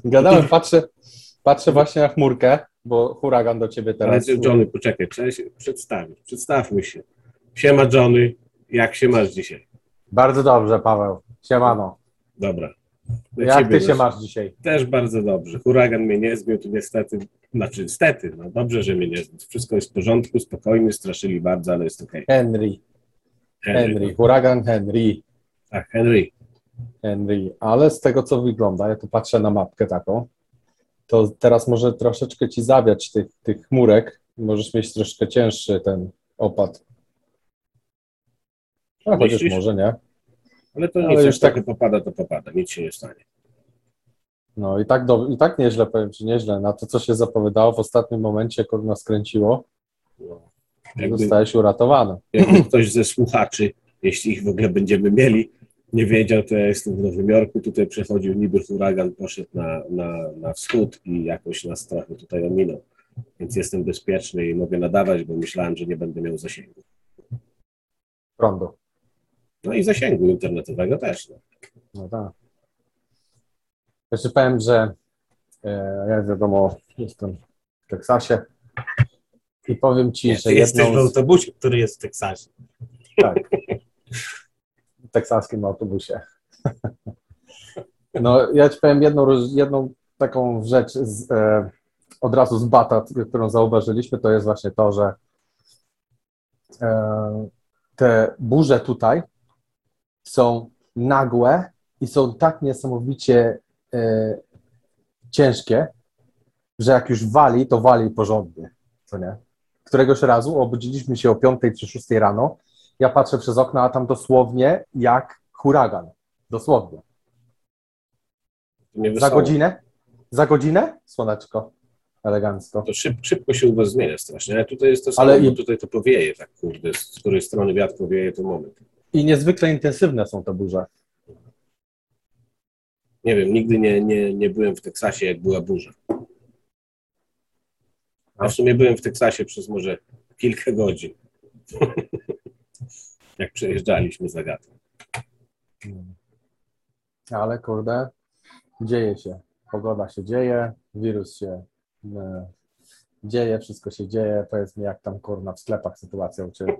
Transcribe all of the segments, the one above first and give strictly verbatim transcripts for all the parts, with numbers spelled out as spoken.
Gadałem, patrzę, patrzę właśnie na chmurkę, bo huragan do ciebie teraz... Ale Johnny, poczekaj, trzeba się przedstawić. Przedstawmy się. Siema Johnny, jak się masz dzisiaj? Bardzo dobrze, Paweł. Siemano. Dobra. Do Jak ciebie ty się też, masz dzisiaj? też bardzo dobrze. Huragan mnie nie zbił, niestety. Znaczy niestety, no dobrze, że mnie nie zbił. Wszystko jest w porządku, spokojnie, straszyli bardzo, ale jest okej. Henry. Henry. Henry. No. Huragan Henry. Tak, Henry. Henry. Ale z tego, co wygląda, ja tu patrzę na mapkę taką, to teraz może troszeczkę ci zawiać tych, tych chmurek. Możesz mieć troszkę cięższy ten opad. A chociaż Myślisz? może nie. Ale to Ale nic, już już tak- tak popada, to popada. Nic się nie stanie. No i tak, do, i tak nieźle, powiem ci, nieźle. Na to, co się zapowiadało w ostatnim momencie, kurwa skręciło, No. Jakby, zostałeś uratowany. jakby ktoś ze słuchaczy, jeśli ich w ogóle będziemy mieli, nie wiedział, to ja jestem w Nowym Jorku, tutaj przechodził niby huragan, poszedł na, na, na wschód i jakoś nas trochę tutaj ominął. Więc jestem bezpieczny i mogę nadawać, bo myślałem, że nie będę miał zasięgu. Prądu. No i zasięgu internetowego też. No. No tak. Jeszcze powiem, że e, ja wiadomo, jestem w Teksasie i powiem ci, Nie, że ty jesteś w jedną z... autobusie, który jest w Teksasie. Tak. W teksaskim autobusie. No, ja ci powiem jedną, roz- jedną taką rzecz z, e, od razu z bata, którą zauważyliśmy, to jest właśnie to, że e, te burze tutaj są nagłe i są tak niesamowicie e, ciężkie, że jak już wali, to wali porządnie, co nie? Któregoś razu obudziliśmy się o piątej czy szóstej rano, ja patrzę przez okno, a tam dosłownie jak huragan. Dosłownie. Nie Za wesoło. godzinę? Za godzinę? Słoneczko. Elegancko. To szyb, szybko się u was zmienia strasznie. Ale tutaj jest to samo, Ale bo i- tutaj to powieje tak, kurde, z której strony wiatr powieje, to moment. I niezwykle intensywne są te burze. Nie wiem, nigdy nie, nie, nie byłem w Teksasie, jak była burza. A w sumie byłem w Teksasie przez może kilka godzin. Jak przejeżdżaliśmy za gatę. Ale kurde, dzieje się. Pogoda się dzieje, wirus się e, dzieje, wszystko się dzieje. Powiedz mi, jak tam kurna w sklepach sytuacja u ciebie.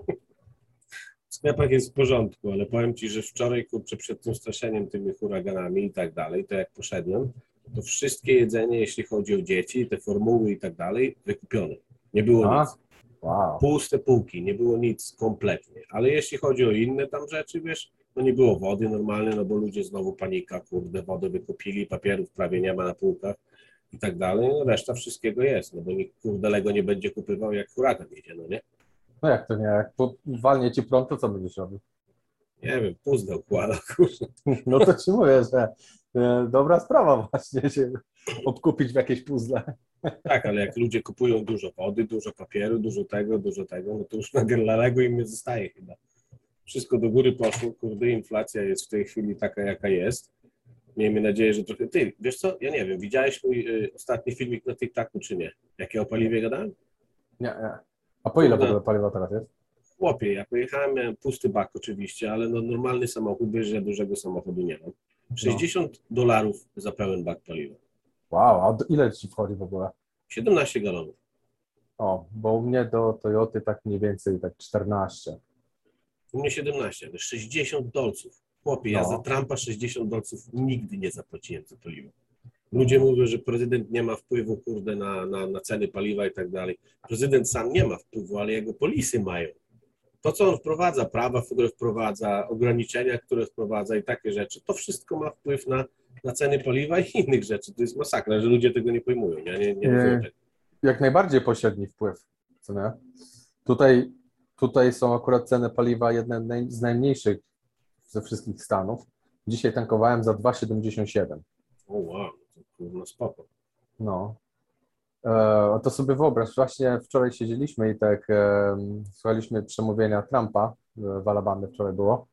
W sklepach jest w porządku, ale powiem ci, że wczoraj, kurczę, przed tym straszeniem tymi huraganami i tak dalej, to jak poszedłem, to wszystkie jedzenie, jeśli chodzi o dzieci, te formuły i tak dalej, wykupione. Nie było A? nic. Wow. Puste półki, nie było nic kompletnie. Ale jeśli chodzi o inne tam rzeczy, wiesz, no nie było wody normalnie, no bo ludzie znowu panika, kurde, wodę wykupili, papierów prawie nie ma na półkach i tak dalej, no reszta wszystkiego jest, no bo nikt, kurde, Lego nie będzie kupywał, jak huragan jedzie, no nie? No jak to nie? Jak po- walnie ci prąd, to co będziesz robił? Nie wiem, puzzle układa, kurde. No to ci mówię, że e, dobra sprawa właśnie się obkupić w jakieś puzzle. Tak, ale jak ludzie kupują dużo wody, dużo papieru, dużo tego, dużo tego, no to już na dla Lego im nie zostaje chyba. Wszystko do góry poszło, kurde, inflacja jest w tej chwili taka, jaka jest. Miejmy nadzieję, że trochę... Ty, wiesz co, ja nie wiem, widziałeś mój y, ostatni filmik na TikToku, czy nie? Jak ja o paliwie gadałem? Nie, nie. A po ile w Kurde. ogóle paliwa teraz jest? Chłopie, ja pojechałem, miałem pusty bak oczywiście, ale no normalny samochód, bo ja dużego samochodu nie mam. sześćdziesiąt dolarów za pełen bak paliwa. Wow, a do- ile ci wchodzi w ogóle? siedemnaście galonów. O, bo u mnie do Toyoty tak mniej więcej tak czternaście. U mnie siedemnaście, ale sześćdziesiąt dolców. Chłopie, ja No. za Trumpa sześćdziesiąt dolców nigdy nie zapłaciłem za paliwo. Ludzie mówią, że prezydent nie ma wpływu, kurde, na, na, na ceny paliwa i tak dalej. Prezydent sam nie ma wpływu, ale jego polisy mają. To, co on wprowadza, prawa, które wprowadza, ograniczenia, które wprowadza i takie rzeczy, to wszystko ma wpływ na, na ceny paliwa i innych rzeczy. To jest masakra, że ludzie tego nie pojmują. Ja nie, nie rozumiem tego. Jak najbardziej pośredni wpływ, co nie? Tutaj, tutaj są akurat ceny paliwa jedne naj- z najmniejszych ze wszystkich stanów. Dzisiaj tankowałem za dwa siedemdziesiąt siedem. O wow, to kurwa spoko. No. E, to sobie wyobraź, właśnie wczoraj siedzieliśmy i tak e, słuchaliśmy przemówienia Trumpa, e, w Alabamie wczoraj było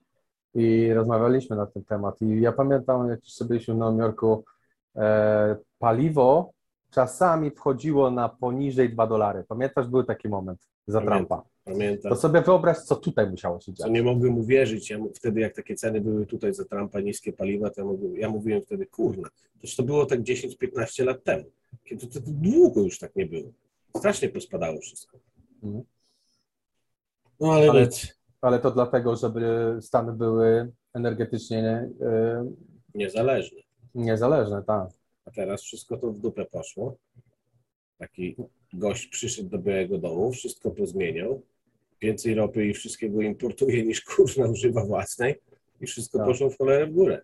i rozmawialiśmy na ten temat i ja pamiętam, jak jeszcze byliśmy w Nowym Jorku, e, paliwo czasami wchodziło na poniżej dwa dolary. Pamiętasz, był taki moment za Pamiętam. Trumpa. Pamiętam. To sobie wyobraź, co tutaj musiało się Co dziać. nie mogłem uwierzyć, ja wtedy jak takie ceny były tutaj za Trumpa, niskie paliwa, to ja, mówiłem, ja mówiłem wtedy, kurna, toż to było tak dziesięć piętnaście lat temu, kiedy to, to długo już tak nie było. Strasznie pospadało wszystko. Mhm. No ale, Ale, nic, ale to dlatego, żeby Stany były energetycznie y, niezależne. niezależne, tak. A teraz wszystko to w dupę poszło. Taki gość przyszedł do Białego Domu, wszystko pozmieniał, więcej ropy i wszystkiego importuje niż kurna używa własnej i wszystko Tak. poszło w cholerę w górę.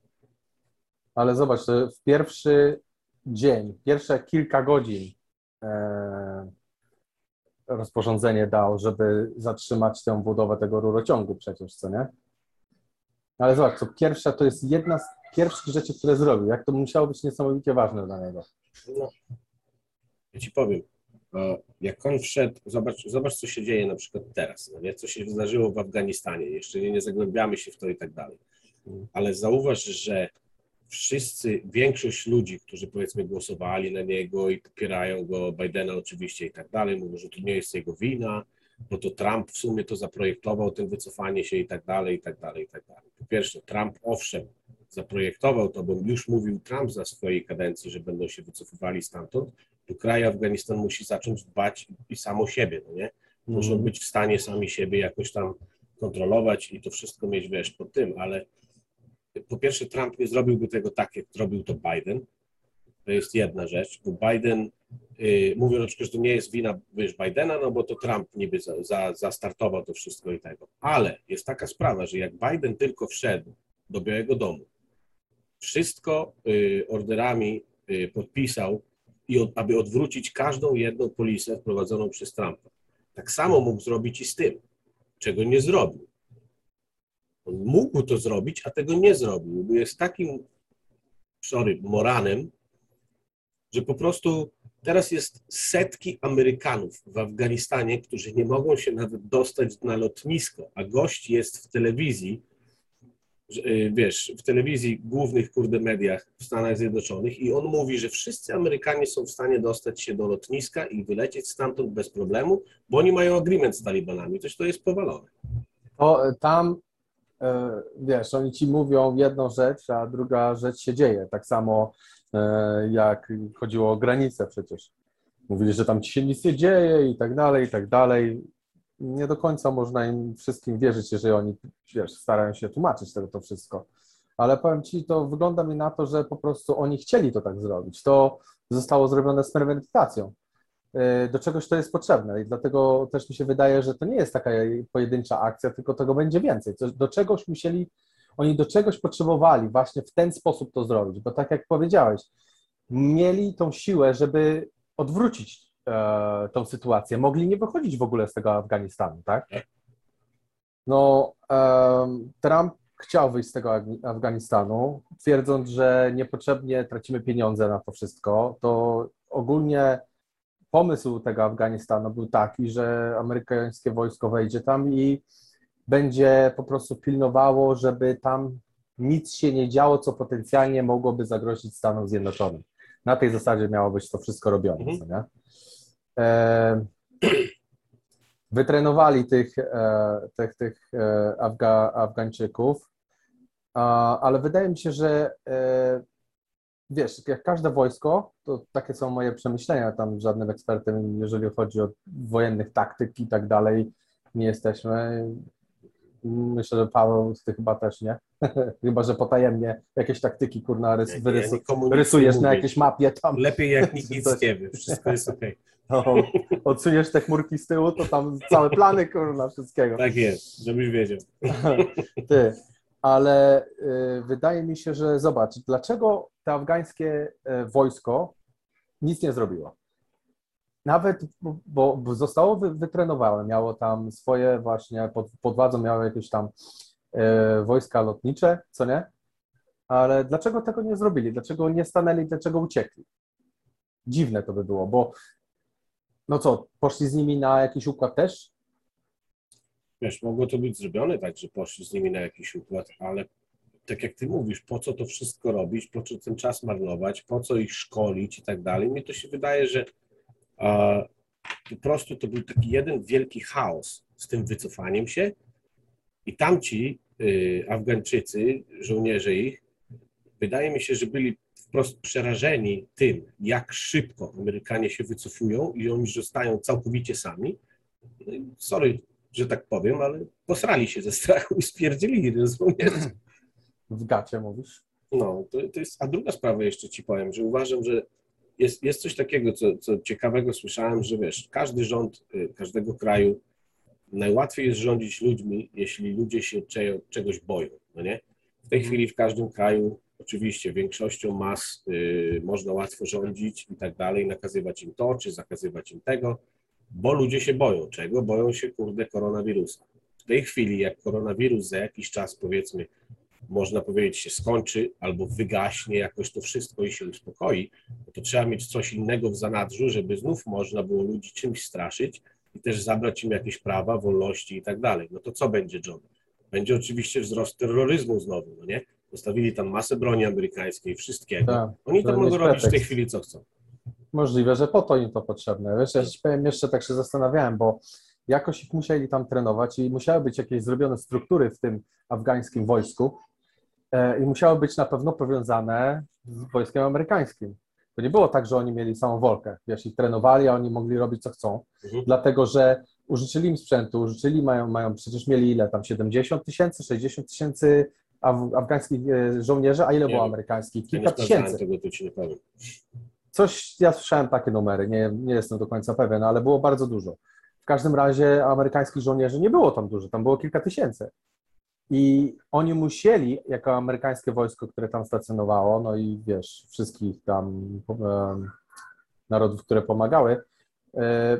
Ale zobacz, to w pierwszy dzień, pierwsze kilka godzin e, rozporządzenie dał, żeby zatrzymać tę budowę tego rurociągu przecież, co nie? Ale zobacz, to pierwsza to jest jedna z pierwszych rzeczy, które zrobił. Jak to musiało być niesamowicie ważne dla niego. No, ja ci powiem, jak on wszedł, zobacz, zobacz co się dzieje na przykład teraz, no nie? Co się zdarzyło w Afganistanie, jeszcze nie, nie zagłębiamy się w to i tak dalej, ale zauważ, że wszyscy, większość ludzi, którzy powiedzmy głosowali na niego i popierają go, Bidena oczywiście i tak dalej, mówią, że to nie jest jego wina, bo to Trump w sumie to zaprojektował, ten wycofanie się i tak dalej, i tak dalej, i tak dalej. Po pierwsze, Trump owszem zaprojektował to, bo już mówił Trump za swojej kadencji, że będą się wycofywali stamtąd, to kraj Afganistan musi zacząć dbać i sam o siebie, no nie? Muszą Mhm. być w stanie sami siebie jakoś tam kontrolować i to wszystko mieć, wiesz, pod tym, ale po pierwsze Trump nie zrobiłby tego tak, jak zrobił to Biden. To jest jedna rzecz, bo Biden, yy, mówią na przykład, że to nie jest wina, wiesz, Bidena, no bo to Trump niby za, za, zastartował to wszystko i tego. Ale jest taka sprawa, że jak Biden tylko wszedł do Białego Domu, wszystko yy, orderami yy, podpisał, i od, aby odwrócić każdą jedną polisę wprowadzoną przez Trumpa. Tak samo mógł zrobić i z tym, czego nie zrobił. On mógł to zrobić, a tego nie zrobił, bo jest takim, sorry, moranem, że po prostu teraz jest setki Amerykanów w Afganistanie, którzy nie mogą się nawet dostać na lotnisko, a gość jest w telewizji, wiesz, w telewizji, głównych, kurde, mediach w Stanach Zjednoczonych i on mówi, że wszyscy Amerykanie są w stanie dostać się do lotniska i wylecieć stamtąd bez problemu, bo oni mają agreement z Talibanami, coś to jest powalone. To tam, e, wiesz, oni ci mówią jedną rzecz, a druga rzecz się dzieje. Tak samo e, jak chodziło o granice przecież. Mówili, że tam ci się nic nie dzieje i tak dalej, i tak dalej. Nie do końca można im wszystkim wierzyć, jeżeli oni, wiesz, starają się tłumaczyć tego to wszystko. Ale powiem ci, to wygląda mi na to, że po prostu oni chcieli to tak zrobić. To zostało zrobione z premedytacją. Do czegoś to jest potrzebne i dlatego też mi się wydaje, że to nie jest taka pojedyncza akcja, tylko tego będzie więcej. Do czegoś musieli, oni do czegoś potrzebowali właśnie w ten sposób to zrobić, bo tak jak powiedziałeś, mieli tą siłę, żeby odwrócić e, tą sytuację, mogli nie wychodzić w ogóle z tego Afganistanu, tak? No, e, Trump chciał wyjść z tego Afganistanu, twierdząc, że niepotrzebnie tracimy pieniądze na to wszystko, to ogólnie pomysł tego Afganistanu był taki, że amerykańskie wojsko wejdzie tam i będzie po prostu pilnowało, żeby tam nic się nie działo, co potencjalnie mogłoby zagrozić Stanom Zjednoczonym. Na tej zasadzie miało być to wszystko robione, Mhm. co nie? E, wytrenowali tych, e, tych, tych e, Afga, Afgańczyków, a, ale wydaje mi się, że e, wiesz, jak każde wojsko, to takie są moje przemyślenia, tam żadnym ekspertem, jeżeli chodzi o wojennych taktyk i tak dalej, nie jesteśmy. Myślę, że Paweł, ty chyba też nie. Chyba że potajemnie jakieś taktyki, kurna, rys, Nie, nie, wyrysu, ja nikomu nic rysujesz nie na mówię. jakiejś mapie tam. Lepiej jak nikt czy nic coś. nie wie, wszystko jest okej. No, odsuniesz te chmurki z tyłu, to tam całe plany, kurna, wszystkiego. Tak jest, żebyś wiedział. Ty, ale y, wydaje mi się, że zobacz, dlaczego to afgańskie y, wojsko nic nie zrobiło. Nawet, bo, bo zostało wy, wytrenowane, miało tam swoje właśnie, pod, pod władzą miało jakieś tam y, wojska lotnicze, co nie? Ale dlaczego tego nie zrobili? Dlaczego nie stanęli? Dlaczego uciekli? Dziwne to by było, bo no co, poszli z nimi na jakiś układ też? Wiesz, mogło to być zrobione tak, że poszli z nimi na jakiś układ, ale tak jak ty mówisz, po co to wszystko robić, po co ten czas marnować, po co ich szkolić i tak dalej. Mnie to się wydaje, że a, po prostu to był taki jeden wielki chaos z tym wycofaniem się i tamci y, Afgańczycy, żołnierze ich, wydaje mi się, że byli wprost przerażeni tym, jak szybko Amerykanie się wycofują i oni zostają całkowicie sami. No i sorry, że tak powiem, ale posrali się ze strachu i spierdzielili żołnierzy. W gacie mówisz? No, to, to jest, a druga sprawa jeszcze ci powiem, że uważam, że jest, jest coś takiego, co, co ciekawego słyszałem, że wiesz, każdy rząd y, każdego kraju najłatwiej jest rządzić ludźmi, jeśli ludzie się cze, czegoś boją, no nie? W tej chwili w każdym kraju, oczywiście większością mas y, można łatwo rządzić i tak dalej, nakazywać im to, czy zakazywać im tego, bo ludzie się boją. Czego? Boją się, kurde, koronawirusa. W tej chwili, jak koronawirus za jakiś czas, powiedzmy, można powiedzieć, się skończy albo wygaśnie jakoś to wszystko i się uspokoi, no to trzeba mieć coś innego w zanadrzu, żeby znów można było ludzi czymś straszyć i też zabrać im jakieś prawa, wolności i tak dalej. No to co będzie, John? Będzie oczywiście wzrost terroryzmu znowu, no nie? Postawili tam masę broni amerykańskiej, wszystkiego. Tak, Oni to tam mogą mieć robić w tej pretekst. chwili co chcą. Możliwe, że po to im to potrzebne. Wiesz, ja ci powiem, jeszcze tak się zastanawiałem, bo jakoś ich musieli tam trenować i musiały być jakieś zrobione struktury w tym afgańskim wojsku e, i musiały być na pewno powiązane z wojskiem amerykańskim. To nie było tak, że oni mieli samą wolkę, wiesz, ich trenowali, a oni mogli robić co chcą, Mhm. dlatego że użyczyli im sprzętu, użyczyli, mają, mają przecież mieli ile tam, siedemdziesiąt tysięcy, sześćdziesiąt tysięcy af, afgańskich e, żołnierzy, a ile Nie było wiem. amerykańskich? Ja nie Kilka sprawdzałem tysięcy. tego, to ci nie powiem. Coś, ja słyszałem takie numery, nie, nie jestem do końca pewien, ale było bardzo dużo. W każdym razie amerykańskich żołnierzy nie było tam dużo, tam było kilka tysięcy. I oni musieli, jako amerykańskie wojsko, które tam stacjonowało, no i wiesz, wszystkich tam e, narodów, które pomagały, e,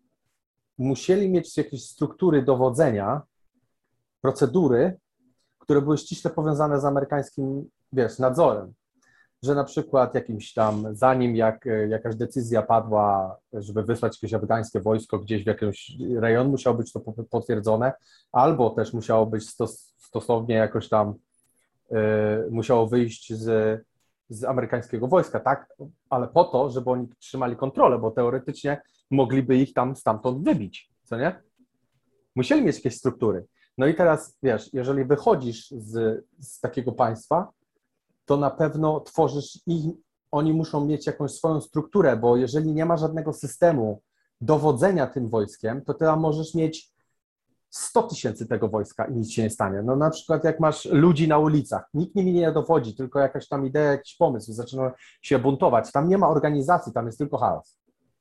musieli mieć jakieś struktury dowodzenia, procedury, które były ściśle powiązane z amerykańskim, wiesz, nadzorem. Że na przykład jakimś tam, zanim jak jakaś decyzja padła, żeby wysłać jakieś afgańskie wojsko gdzieś w jakiś rejon, musiało być to potwierdzone, albo też musiało być stos, stosownie jakoś tam, y, musiało wyjść z, z amerykańskiego wojska, tak? Ale po to, żeby oni trzymali kontrolę, bo teoretycznie mogliby ich tam stamtąd wybić, co nie? Musieli mieć jakieś struktury. No i teraz, wiesz, jeżeli wychodzisz z, z takiego państwa, to na pewno tworzysz ich, oni muszą mieć jakąś swoją strukturę, bo jeżeli nie ma żadnego systemu dowodzenia tym wojskiem, to ty tam możesz mieć sto tysięcy tego wojska i nic się nie stanie. No na przykład jak masz ludzi na ulicach, nikt nimi nie dowodzi, tylko jakaś tam idea, jakiś pomysł, zaczynają się buntować, tam nie ma organizacji, tam jest tylko chaos.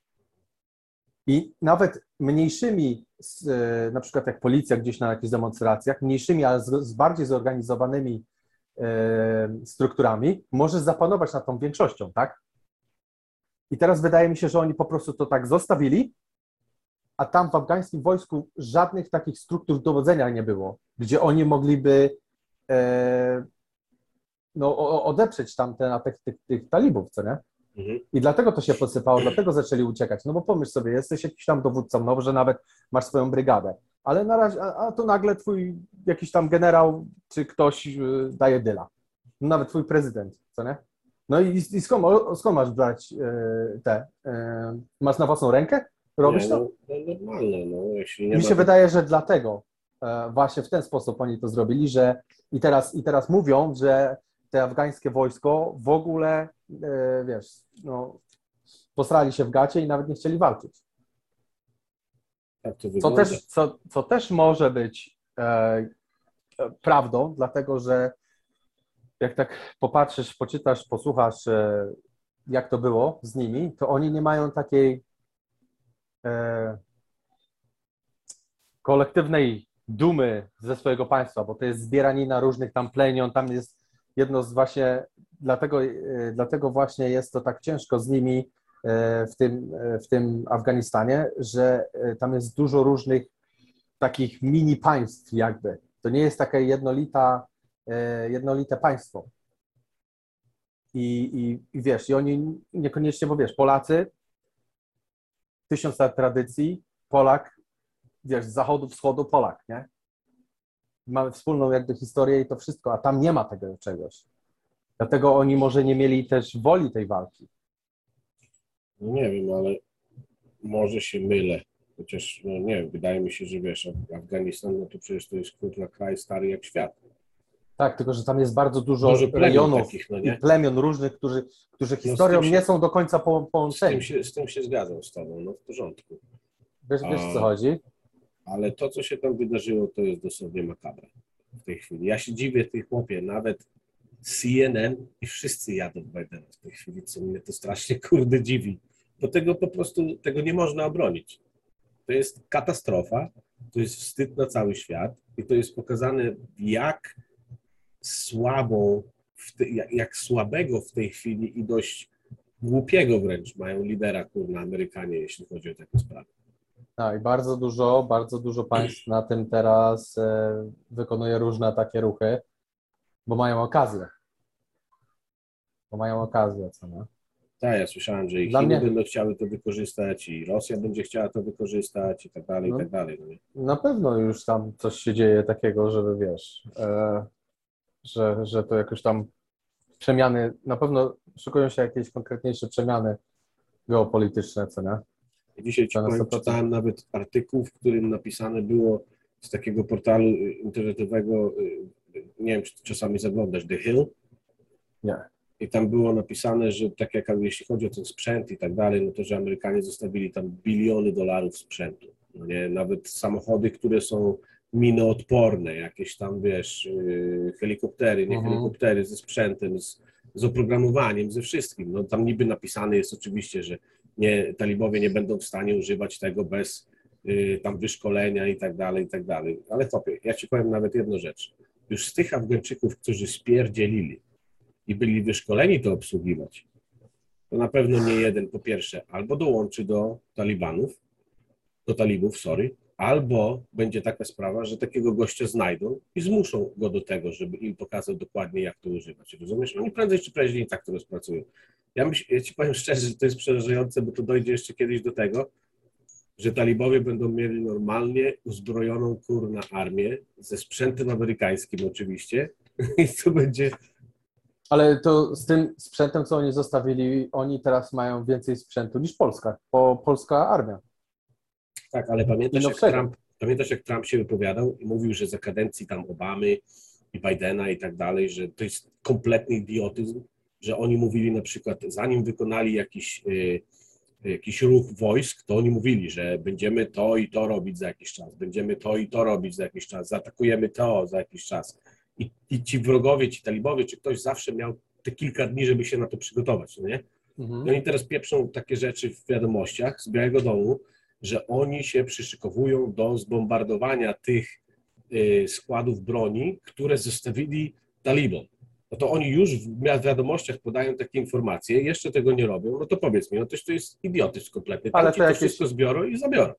I nawet mniejszymi, na przykład jak policja gdzieś na jakichś demonstracjach, mniejszymi, ale z, z bardziej zorganizowanymi strukturami, możesz zapanować nad tą większością, tak? I teraz wydaje mi się, że oni po prostu to tak zostawili, a tam w afgańskim wojsku żadnych takich struktur dowodzenia nie było, gdzie oni mogliby e, no, odeprzeć tamte tych, tych, tych talibów, co nie? Mhm. I dlatego to się posypało, dlatego zaczęli uciekać. No bo pomyśl sobie, jesteś jakiś tam dowódcą, no że nawet masz swoją brygadę, ale na razie, a, a to nagle twój jakiś tam generał czy ktoś y, daje dyla. No, nawet twój prezydent, co nie? No i, i skąd, skąd masz brać y, te? Y, masz na własną rękę? Robisz Nie, to? no, no normalne, no jeśli nie Mi ma... się wydaje, że dlatego e, właśnie w ten sposób oni to zrobili, że i teraz, i teraz mówią, że te afgańskie wojsko w ogóle, e, wiesz, no, posrali się w gacie i nawet nie chcieli walczyć. Tak to Co wygląda. też, co, co też może być e, prawdą, dlatego że jak tak popatrzysz, poczytasz, posłuchasz, e, jak to było z nimi, to oni nie mają takiej e, kolektywnej dumy ze swojego państwa, bo to jest zbieranina różnych tam plemion, tam jest jedno z właśnie, dlatego, e, dlatego właśnie jest to tak ciężko z nimi e, w tym, e, w tym Afganistanie, że e, tam jest dużo różnych takich mini państw jakby. To nie jest takie jednolita, e, jednolite państwo. I, i, I wiesz, i oni niekoniecznie, bo wiesz, Polacy, tysiąc lat tradycji, Polak, wiesz, z zachodu, wschodu, Polak, nie? Mamy wspólną jakby historię i to wszystko, a tam nie ma tego czegoś. Dlatego oni może nie mieli też woli tej walki. No nie wiem, ale Może się mylę, chociaż no nie wiem, wydaje mi się, że wiesz, Afganistan, no to przecież to jest kurwa kraj stary jak świat. Tak, tylko że tam jest bardzo dużo, Dużo plemion rejonów takich, no i nie? plemion różnych, którzy, którzy No z historią tym się- nie są do końca po, Z tym połączeni. się, z tym się zgadzam z tobą, no w porządku. Wiesz, wiesz A- co chodzi? Ale to, co się tam wydarzyło, to jest dosłownie makabra w tej chwili. Ja się dziwię tej chłopie, nawet C N N i wszyscy jadą Bidena w tej chwili, co mnie to strasznie kurde dziwi. Bo tego po prostu, tego nie można obronić. To jest katastrofa, to jest wstyd na cały świat i to jest pokazane, jak słabą, w te, jak, jak słabego w tej chwili i dość głupiego wręcz mają lidera, kurna, Amerykanie, jeśli chodzi o takie sprawy. No i bardzo dużo, bardzo dużo państw na tym teraz e, wykonuje różne takie ruchy, bo mają okazję. Bo mają okazję, co nie? Tak, ja słyszałem, że i Dla Chiny mnie- będą chciały to wykorzystać, i Rosja będzie chciała to wykorzystać, i tak dalej, No. i tak dalej. No nie? Na pewno już tam coś się dzieje takiego, żeby wiesz, e, że, że to jakoś tam przemiany, na pewno szykują się jakieś konkretniejsze przemiany geopolityczne, co nie? Dzisiaj ci To na powiem, sto procent. czytałem nawet artykuł, w którym napisane było z takiego portalu y, internetowego, y, nie wiem, czy ty czasami zaglądasz, The Hill, Nie. i tam było napisane, że tak jak jeśli chodzi o ten sprzęt i tak dalej, no to, że Amerykanie zostawili tam biliony dolarów sprzętu. No nie? Nawet samochody, które są minoodporne, jakieś tam, wiesz, yy, helikoptery, nie Mhm. helikoptery ze sprzętem, z, z oprogramowaniem, ze wszystkim. No tam niby napisane jest oczywiście, że nie, talibowie nie będą w stanie używać tego bez yy, tam wyszkolenia i tak dalej, i tak dalej. Ale topie, ja ci powiem nawet jedną rzecz. Już z tych Afgańczyków, którzy spierdzielili i byli wyszkoleni to obsługiwać, to na pewno nie jeden, po pierwsze, albo dołączy do talibanów, do talibów, sorry, albo będzie taka sprawa, że takiego gościa znajdą i zmuszą go do tego, żeby im pokazał dokładnie, jak to używać. Rozumiesz? Oni prędzej czy później tak to rozpracują. Ja, myśl, ja ci powiem szczerze, że to jest przerażające, bo to dojdzie jeszcze kiedyś do tego, że talibowie będą mieli normalnie uzbrojoną kurna armię, ze sprzętem amerykańskim oczywiście, i to będzie... Ale to z tym sprzętem, co oni zostawili, oni teraz mają więcej sprzętu niż Polska, bo polska armia. Tak, ale pamiętasz I jak, nowszego. Trump, pamiętasz, jak Trump się wypowiadał i mówił, że za kadencji tam Obamy i Bidena i tak dalej, że to jest kompletny idiotyzm, że oni mówili na przykład, zanim wykonali jakiś, y, jakiś ruch wojsk, to oni mówili, że będziemy to i to robić za jakiś czas, będziemy to i to robić za jakiś czas, zaatakujemy to za jakiś czas. I, i ci wrogowie, ci talibowie, czy ktoś zawsze miał te kilka dni, żeby się na to przygotować, no nie? Mhm. I oni teraz pieprzą takie rzeczy w wiadomościach z Białego Domu, że oni się przyszykowują do zbombardowania tych y, składów broni, które zostawili talibom. No to oni już w wi- wiadomościach podają takie informacje, jeszcze tego nie robią, no to powiedz mi, no toż to jest idiotyzm kompletny. Tam Ale ci to to jakieś- wszystko zbiorą i zabiorą.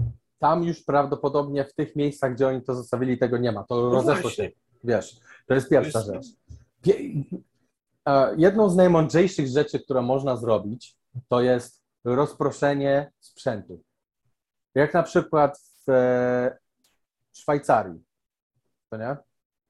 Tam już prawdopodobnie w tych miejscach, gdzie oni to zostawili, tego nie ma. To No rozeszło właśnie. się, wiesz. To jest To pierwsza jest- rzecz. Pie- e, Jedną z najmądrzejszych rzeczy, które można zrobić, to jest rozproszenie sprzętu. Jak na przykład w e, Szwajcarii, to nie?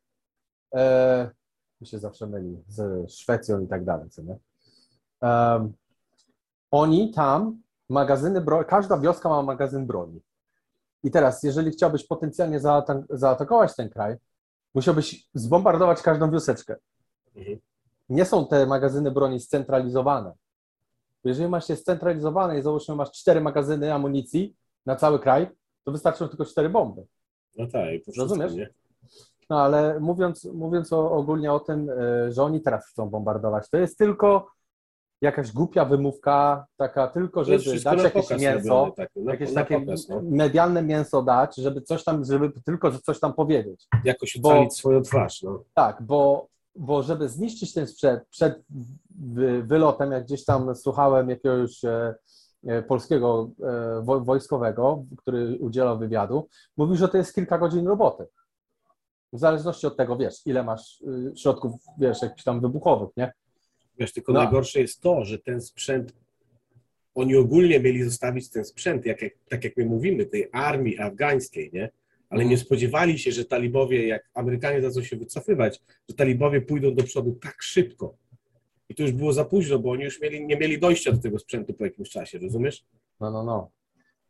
E, mi się zawsze myli z Szwecją i tak dalej, co nie? Em, oni tam magazyny broni, każda wioska ma magazyn broni. I teraz, jeżeli chciałbyś potencjalnie zaata- zaatakować ten kraj, musiałbyś zbombardować każdą wioseczkę. Mhm. Nie są te magazyny broni scentralizowane. Jeżeli masz je scentralizowane i załóżmy masz cztery magazyny amunicji na cały kraj, to wystarczą tylko cztery bomby. No tak, i to wszystko, Rozumiesz? nie? No ale mówiąc, mówiąc o, ogólnie o tym, y, że oni teraz chcą bombardować, to jest tylko jakaś głupia wymówka, taka tylko, To jest żeby wszystko dać na jakieś pokaz mięso, robione, tak, na, jakieś na takie pokaz, no. medialne mięso dać, żeby coś tam, żeby tylko coś tam powiedzieć. Jakoś Bo- ocalić swoją twarz, no. Tak, bo, bo żeby zniszczyć ten sprzęt przed wy, wylotem, jak gdzieś tam słuchałem jakiegoś e, e, polskiego e, wo, wojskowego, który udzielał wywiadu, mówił, że to jest kilka godzin roboty. W zależności od tego, wiesz, ile masz y, środków, wiesz, jakichś tam wybuchowych, nie? Wiesz, tylko No. najgorsze jest to, że ten sprzęt, oni ogólnie mieli zostawić ten sprzęt, jak, jak, tak jak my mówimy, tej armii afgańskiej, nie? Ale Mhm. nie spodziewali się, że talibowie, jak Amerykanie zaczną się wycofywać, że talibowie pójdą do przodu tak szybko. I to już było za późno, bo oni już mieli, nie mieli dojścia do tego sprzętu po jakimś czasie, rozumiesz? No, no, no.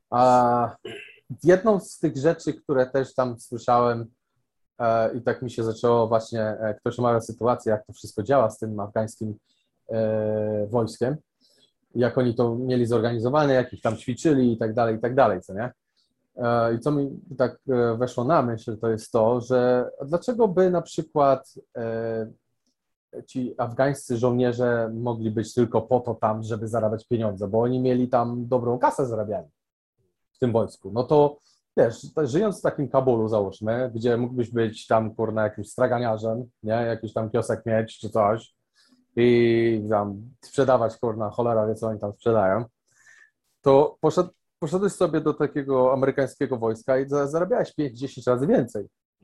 A jedną z tych rzeczy, które też tam słyszałem e, i tak mi się zaczęło właśnie, e, ktoś omawia sytuację, jak to wszystko działa z tym afgańskim e, wojskiem, jak oni to mieli zorganizowane, jak ich tam ćwiczyli i tak dalej, i tak dalej, co nie? E, I co mi tak e, weszło na myśl, to jest to, że dlaczego by na przykład e, ci afgańscy żołnierze mogli być tylko po to tam, żeby zarabiać pieniądze, bo oni mieli tam dobrą kasę zarabiania w tym wojsku. No to wiesz, żyjąc w takim Kabulu, załóżmy, gdzie mógłbyś być tam, kurna, jakimś straganiarzem, nie, jakiś tam kiosek mieć czy coś i tam sprzedawać, kurna, cholera wie, co oni tam sprzedają, to poszedł, poszedłeś sobie do takiego amerykańskiego wojska i za- zarabiałeś pięć dziesięć razy więcej.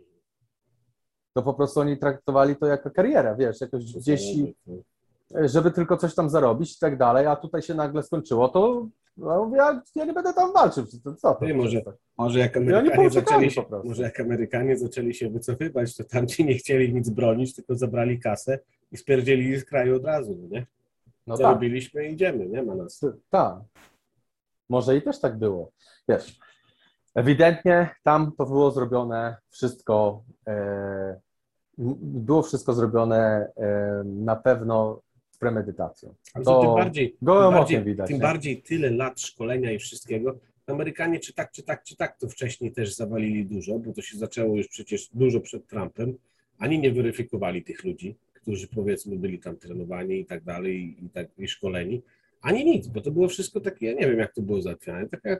To po prostu oni traktowali to jako karierę, wiesz, jakoś gdzieś, żeby tylko coś tam zarobić i tak dalej, a tutaj się nagle skończyło, to no, ja, ja nie będę tam walczył. Co, co to? Ty, może, może, jak I oni Amerykanie pouciekali zaczęli się, po prostu. może jak Amerykanie zaczęli się wycofywać, to tamci nie chcieli nic bronić, tylko zabrali kasę i spierdzielili z kraju od razu, no nie? No Co tak, robiliśmy, idziemy, nie ma nas. tak. Może i też tak było. Wiesz, ewidentnie tam to było zrobione wszystko, e, było wszystko zrobione e, na pewno z premedytacją. Ale To to tym bardziej, tym gołym okiem bardziej, widać, tym nie? bardziej tyle lat szkolenia i wszystkiego. Amerykanie czy tak, czy tak, czy tak, to wcześniej też zawalili dużo, bo to się zaczęło już przecież dużo przed Trumpem. Ani nie weryfikowali tych ludzi, którzy powiedzmy byli tam trenowani i tak dalej, i, tak, i szkoleni, ani nic, bo to było wszystko takie, ja nie wiem jak to było załatwiane, taka,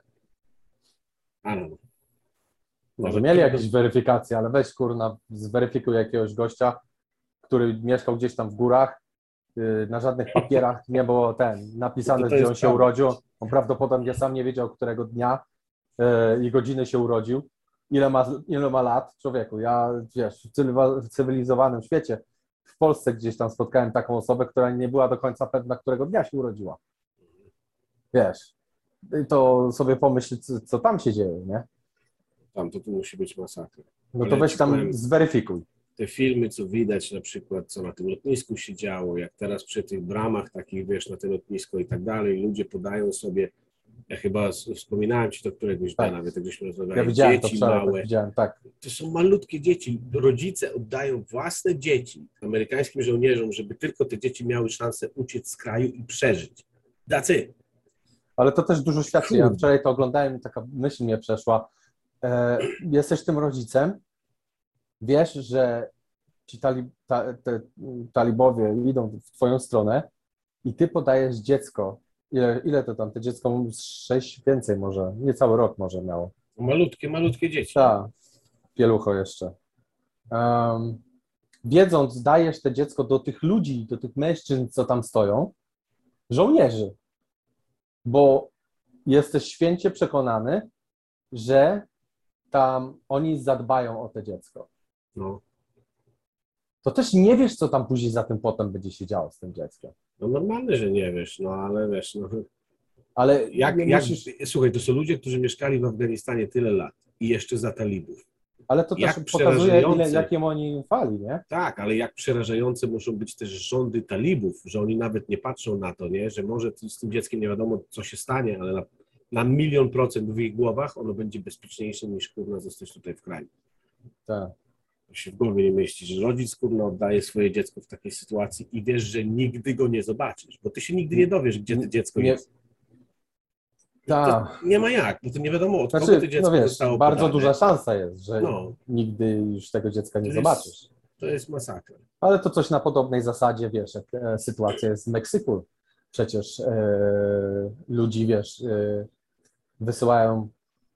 a no. Może Nawet mieli trudno- jakieś weryfikacje, ale weź kurna, zweryfikuj jakiegoś gościa, który mieszkał gdzieś tam w górach, yy, na żadnych papierach nie było ten, napisane, No to gdzie jest on się prawda. urodził. On prawdopodobnie sam nie wiedział, którego dnia yy, i godziny się urodził. Ile ma, ile ma lat, człowieku. Ja, wiesz, w cywilizo- w cywilizowanym świecie, w Polsce gdzieś tam spotkałem taką osobę, która nie była do końca pewna, którego dnia się urodziła. Wiesz, i to sobie pomyśl, co, co tam się dzieje, nie? Tam to tu musi być masakra. No to Ale weź ci tam powiem, zweryfikuj. te filmy, co widać na przykład, co na tym lotnisku się działo, jak teraz przy tych bramach takich, wiesz, na te lotnisko i tak dalej, ludzie podają sobie, ja chyba s- wspominałem ci to któregoś dnia Tak. nawet, jak żeśmy rozmawiali, Ja widziałem to dzieci wczoraj, małe, tak widziałem, tak. to są malutkie dzieci, rodzice oddają własne dzieci amerykańskim żołnierzom, żeby tylko te dzieci miały szansę uciec z kraju i przeżyć. Dacy. Ale to też dużo świadczy. Ja Kurde. wczoraj to oglądałem i taka myśl mnie przeszła. E, jesteś tym rodzicem, wiesz, że ci talib, ta, te, talibowie idą w twoją stronę i ty podajesz dziecko. Ile, ile to tam? To dziecko sześć więcej może, niecały rok może miało. Malutkie, malutkie dzieci. Tak, pielucho jeszcze. Um, wiedząc, dajesz to dziecko do tych ludzi, do tych mężczyzn, co tam stoją, żołnierzy, bo jesteś święcie przekonany, że tam oni zadbają o to dziecko. No. To też nie wiesz, co tam później za tym potem będzie się działo z tym dzieckiem. No normalne, że nie wiesz, no ale wiesz, no. Ale Jak, nie jak, musisz, słuchaj, to są ludzie, którzy mieszkali w Afganistanie tyle lat i jeszcze za talibów. ale to jak też pokazuje, ile, przerażające. jakim oni ufali, nie? Tak, ale jak przerażające muszą być też rządy talibów, że oni nawet nie patrzą na to, nie? Że może z tym dzieckiem nie wiadomo, co się stanie, ale na, na milion procent w ich głowach ono będzie bezpieczniejsze niż kurna zostać tutaj w kraju. Tak. To się w głowie nie mieści, że rodzic kurna oddaje swoje dziecko w takiej sytuacji i wiesz, że nigdy go nie zobaczysz, bo ty się nigdy nie dowiesz, gdzie to dziecko Nie- jest. Tak. To nie ma jak, bo to nie wiadomo, od kogo to Znaczy, dziecko no wiesz, zostało bardzo podane. duża szansa jest, że No. nigdy już tego dziecka nie To jest- zobaczysz. To jest masakra. Ale to coś na podobnej zasadzie, wiesz, jak e, sytuacja jest w Meksyku. Przecież e, ludzi, wiesz, e, wysyłają,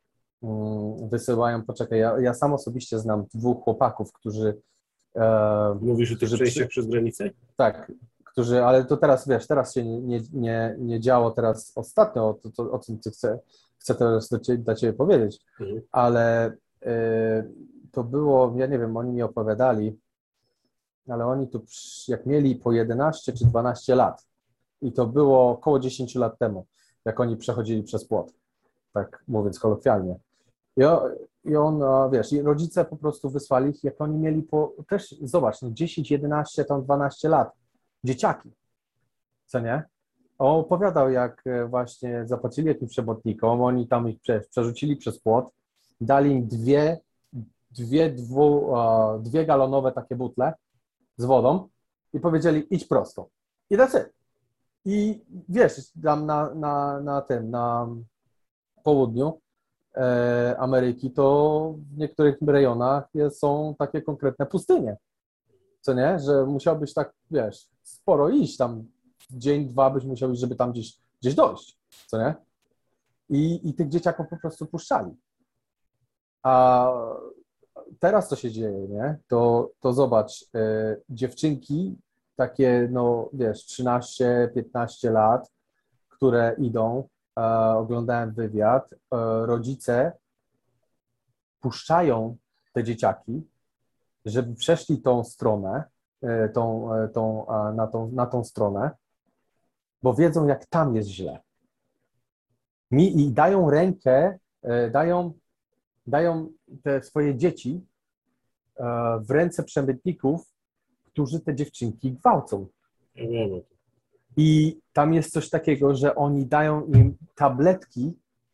mm, wysyłają, poczekaj, ja, ja sam osobiście znam dwóch chłopaków, którzy e, Mówisz o tych Którzy przejściach przy- przez granicę? tak, którzy, ale to teraz, wiesz, teraz się nie, nie, nie działo, teraz ostatnio, o, to, to, o czym ty chcę, chcę teraz do ciebie, dla ciebie powiedzieć, Mhm. ale y, to było, ja nie wiem, oni mi opowiadali, ale oni tu, przy- jak mieli po jedenaście czy dwanaście lat i to było około dziesięć lat temu, jak oni przechodzili przez płot, tak mówiąc kolokwialnie. I, o, i on, a, wiesz, i rodzice po prostu wysłali ich, jak oni mieli po, też, zobacz, no dziesięć, jedenaście, tam dwanaście lat, dzieciaki, co nie? On opowiadał, jak e, właśnie zapłacili jakimś przewodnikom, oni tam ich prze, przerzucili przez płot, dali im dwie, dwie, dwu, e, dwie galonowe takie butle z wodą i powiedzieli idź prosto. I that's it. I wiesz, tam na, na, na tym, na południu e, Ameryki, to w niektórych rejonach jest, są takie konkretne pustynie. Co nie? Że musiałbyś tak, wiesz, sporo iść tam, dzień, dwa byś musiał iść, żeby tam gdzieś, gdzieś dojść, co nie? I, i tych dzieciaków po prostu puszczali. A teraz co się dzieje, nie? To, to zobacz, e, dziewczynki takie, no wiesz, trzynaście piętnaście lat, które idą, e, oglądałem wywiad, e, rodzice puszczają te dzieciaki, żeby przeszli tą stronę, e, tą, e, tą, a, na, tą, na tą stronę, bo wiedzą, jak tam jest źle. Mi i dają rękę, e, dają, dają te swoje dzieci e, w ręce przemytników, którzy te dziewczynki gwałcą. Ja wiem o tym. I tam jest coś takiego, że oni dają im tabletki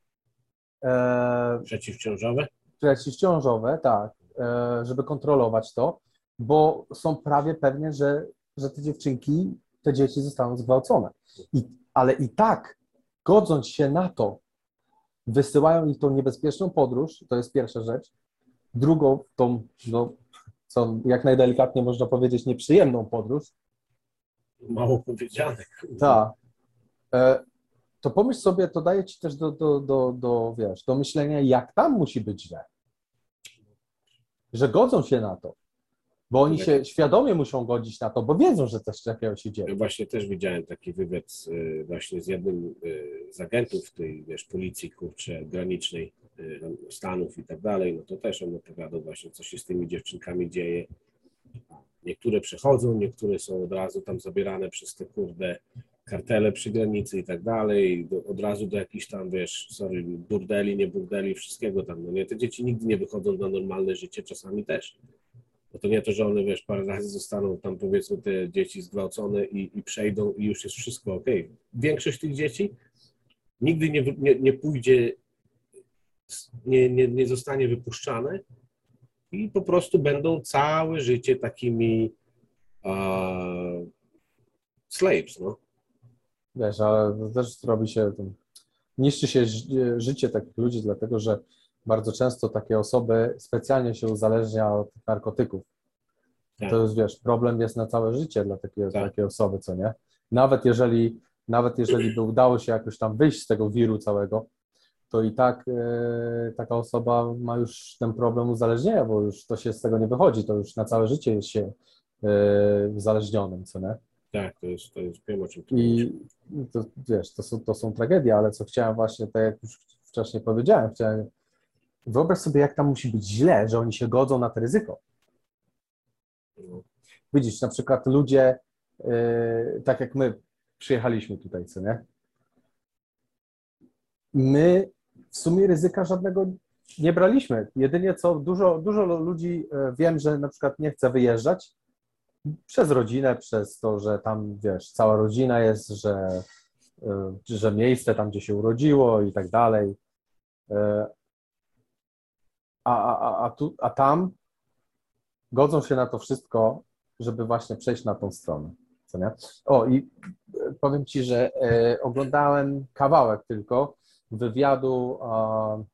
e, Przeciwciążowe? przeciwciążowe, tak, e, żeby kontrolować to, bo są prawie pewnie, że, że te dziewczynki, te dzieci zostaną zgwałcone. I, ale i tak, godząc się na to, wysyłają ich tą niebezpieczną podróż, to jest pierwsza rzecz. Drugą, tą, no, co jak najdelikatniej można powiedzieć, nieprzyjemną podróż. Mało powiedziane. Tak. E, to pomyśl sobie, to daje ci też do, do, do, do, wiesz, do myślenia, jak tam musi być źle. Że godzą się na to, bo oni się świadomie muszą godzić na to, bo wiedzą, że coś takiego się dzieje. Ja właśnie też widziałem taki wywiad z, y, właśnie z jednym y, z agentów tej, wiesz, policji, kurczę, granicznej y, Stanów i tak dalej, no to też on opowiadał właśnie, co się z tymi dziewczynkami dzieje. Niektóre przechodzą, niektóre są od razu tam zabierane przez te kurde kartele przy granicy i tak dalej, do, od razu do jakichś tam, wiesz, sorry, burdeli, nie burdeli, wszystkiego tam, no nie, te dzieci nigdy nie wychodzą na normalne życie, czasami też. Bo to nie to, że one, wiesz, parę razy zostaną tam, powiedzmy, te dzieci zgwałcone i, i przejdą i już jest wszystko okej. Okay. Większość tych dzieci nigdy nie, nie, nie pójdzie, nie, nie, nie zostanie wypuszczane i po prostu będą całe życie takimi uh, slaves, no. Wiesz, ale to też robi się, niszczy się ży- życie takich ludzi, dlatego że bardzo często takie osoby specjalnie się uzależnia od narkotyków. Tak. To jest, wiesz, problem jest na całe życie dla takiej, Tak. takiej osoby, co nie? Nawet jeżeli, nawet jeżeli by udało się jakoś tam wyjść z tego wiru całego, to i tak e, taka osoba ma już ten problem uzależnienia, bo już to się z tego nie wychodzi, to już na całe życie jest się e, uzależnionym, co nie? Tak, to jest, to jest, wiem o czym tu I mówisz. to, wiesz, to są, to są tragedie, ale co chciałem właśnie, tak jak już wcześniej powiedziałem, chciałem, wyobraź sobie, jak tam musi być źle, że oni się godzą na to ryzyko. No. Widzisz, na przykład ludzie, yy, tak jak my przyjechaliśmy tutaj, co nie? My w sumie ryzyka żadnego nie braliśmy. Jedynie co, dużo, dużo ludzi yy, wiem, że na przykład nie chce wyjeżdżać przez rodzinę, przez to, że tam, wiesz, cała rodzina jest, że, yy, że miejsce tam, gdzie się urodziło i tak dalej. Yy, a, a, a, tu, a tam godzą się na to wszystko, żeby właśnie przejść na tą stronę. Co nie? O, i powiem Ci, że e, oglądałem kawałek tylko wywiadu e,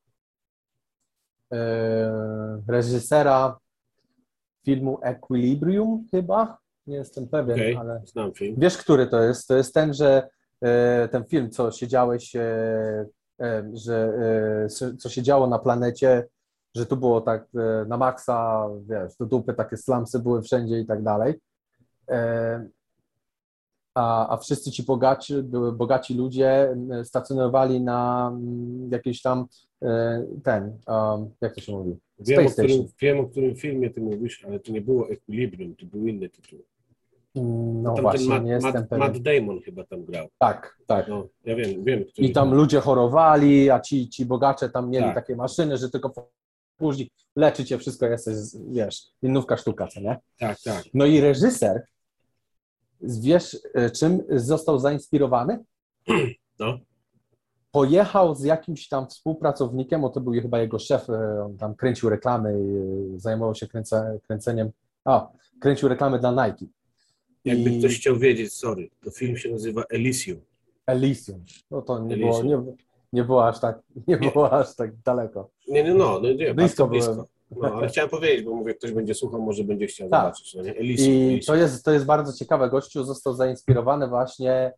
e, reżysera filmu Equilibrium chyba, nie jestem pewien, Okej, ale znam film. wiesz, który to jest? To jest ten, że e, ten film, co siedziałeś, e, e, że e, co się działo na planecie, że tu było tak e, na maksa, wiesz, do dupy takie slumsy były wszędzie i tak dalej. E, a, a wszyscy ci bogaci, bogaci ludzie stacjonowali na jakiejś tam e, ten, um, jak to się mówi? Wiem o, Space Station. którym, wiem, o którym filmie ty mówisz, ale to nie było Equilibrium, to był inny tytuł. No Tam właśnie, ten Matt, nie jestem Matt, pewien. Matt Damon chyba tam grał. Tak, tak. No, ja wiem, wiem, który I tam to... ludzie chorowali, a ci, ci bogacze tam mieli Tak. takie maszyny, że tylko później leczy cię, wszystko jesteś, wiesz, innówka sztuka, co nie? Tak, tak. No i reżyser, wiesz, czym został zainspirowany? No, Pojechał z jakimś tam współpracownikiem, bo to był chyba jego szef, e, on tam kręcił reklamy i e, zajmował się kręce, kręceniem, a, kręcił reklamy dla Nike. jakby ktoś I chciał wiedzieć, sorry, to film się nazywa Elysium. Elysium, no to nie było, Elysium. nie, nie było aż tak, nie Nie, było aż tak daleko. nie, nie, no, no nie, bardzo Blisko byłem. blisko. No, ale chciałem powiedzieć, bo mówię, ktoś będzie słuchał, może będzie chciał Tak. zobaczyć. No nie? Elysium, I to Elysium. jest, to jest bardzo ciekawe. Gościu został zainspirowany właśnie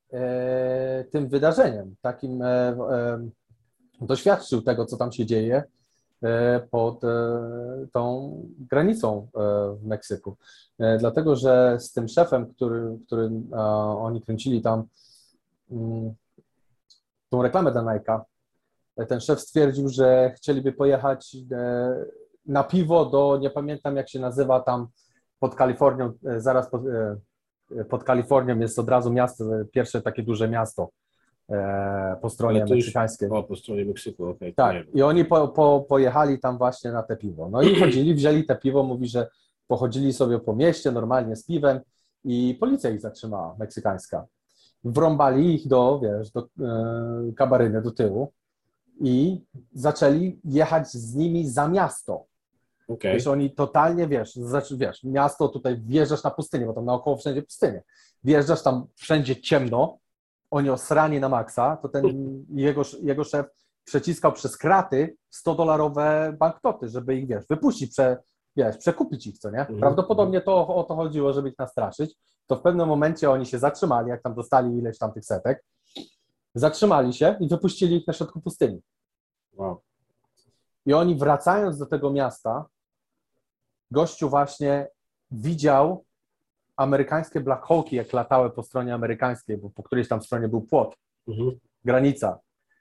e, tym wydarzeniem. Takim e, e, doświadczył tego, co tam się dzieje e, pod e, tą granicą e, w Meksyku. E, dlatego, że z tym szefem, który, który e, oni kręcili tam mm, tą reklamę dla Nike'a, e, ten szef stwierdził, że chcieliby pojechać e, na piwo do, nie pamiętam jak się nazywa tam, pod Kalifornią, e, zaraz pod, e, pod Kalifornią jest od razu miasto, e, pierwsze takie duże miasto e, po stronie Ale to już, meksykańskiej. o, po stronie Meksyku, okej. Okay, Tak, i oni po, po, pojechali tam właśnie na te piwo. No i chodzili, wzięli te piwo, mówi, że pochodzili sobie po mieście normalnie z piwem i policja ich zatrzymała, meksykańska. Wrąbali ich do, wiesz, do e, kabaryny, do tyłu i zaczęli jechać z nimi za miasto. Okay. Wiesz, oni totalnie, wiesz, znaczy, wiesz, miasto tutaj wjeżdżasz na pustynię, bo tam naokoło wszędzie pustynie. Wjeżdżasz tam wszędzie ciemno, oni osrani na maksa, to ten jego, jego szef przeciskał przez kraty sto-dolarowe banknoty, żeby ich, wiesz, wypuścić, prze, wiesz, przekupić ich, co nie? Prawdopodobnie to o to chodziło, żeby ich nastraszyć. To w pewnym momencie oni się zatrzymali, jak tam dostali ileś tam tych setek, zatrzymali się i wypuścili ich na środku pustyni. Wow. I oni wracając do tego miasta, gościu właśnie widział amerykańskie Black Hawki, jak latały po stronie amerykańskiej, bo po którejś tam stronie był płot, mhm. granica.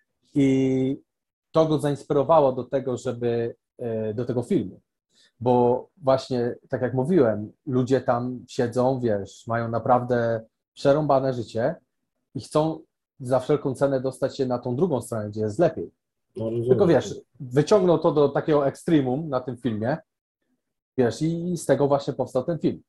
I to go zainspirowało do tego, żeby, do tego filmu. Bo właśnie, tak jak mówiłem, ludzie tam siedzą, wiesz, mają naprawdę przerąbane życie i chcą za wszelką cenę dostać się na tą drugą stronę, gdzie jest lepiej. No, tylko wiesz, wyciągnął to do takiego ekstremum na tym filmie, wiesz, i z tego właśnie powstał ten film.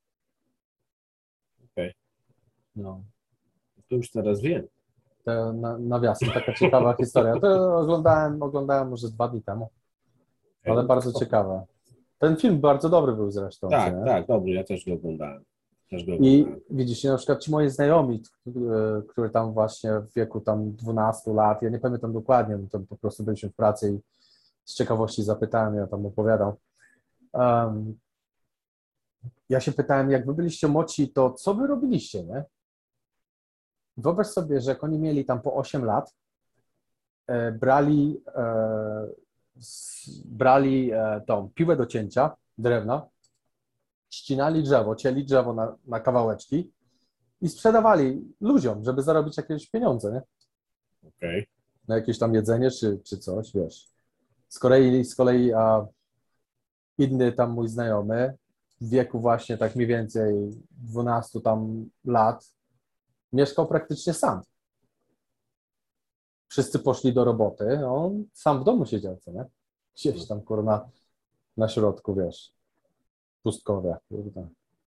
Okej. Okay. No. To już teraz wiem. Te na, nawiasy, taka ciekawa historia. To oglądałem, oglądałem może dwa dni temu, ale okay. bardzo ciekawe. Ten film bardzo dobry był zresztą. Tak, nie? tak, dobry, ja też go oglądałem. Też go oglądałem. I widzicie, na przykład ci moi znajomi, którzy tam właśnie w wieku tam dwunastu lat, ja nie pamiętam dokładnie, no to po prostu byliśmy w pracy i z ciekawości zapytałem, ja tam opowiadał. Um, ja się pytałem, jak wy byliście młodsi, to co wy robiliście, nie? Wyobraź sobie, że jak oni mieli tam po osiem lat, e, brali, e, z, brali e, tą piłę do cięcia drewna, ścinali drzewo, cięli drzewo na, na kawałeczki i sprzedawali ludziom, żeby zarobić jakieś pieniądze, nie? Okay. Na jakieś tam jedzenie czy, czy coś, wiesz. Z kolei, z kolei a inny tam mój znajomy w wieku właśnie tak mniej więcej dwunastu tam lat mieszkał praktycznie sam. Wszyscy poszli do roboty, on sam w domu siedział, co nie? Gdzieś tam, kurna, na środku, wiesz, pustkowie, kurde.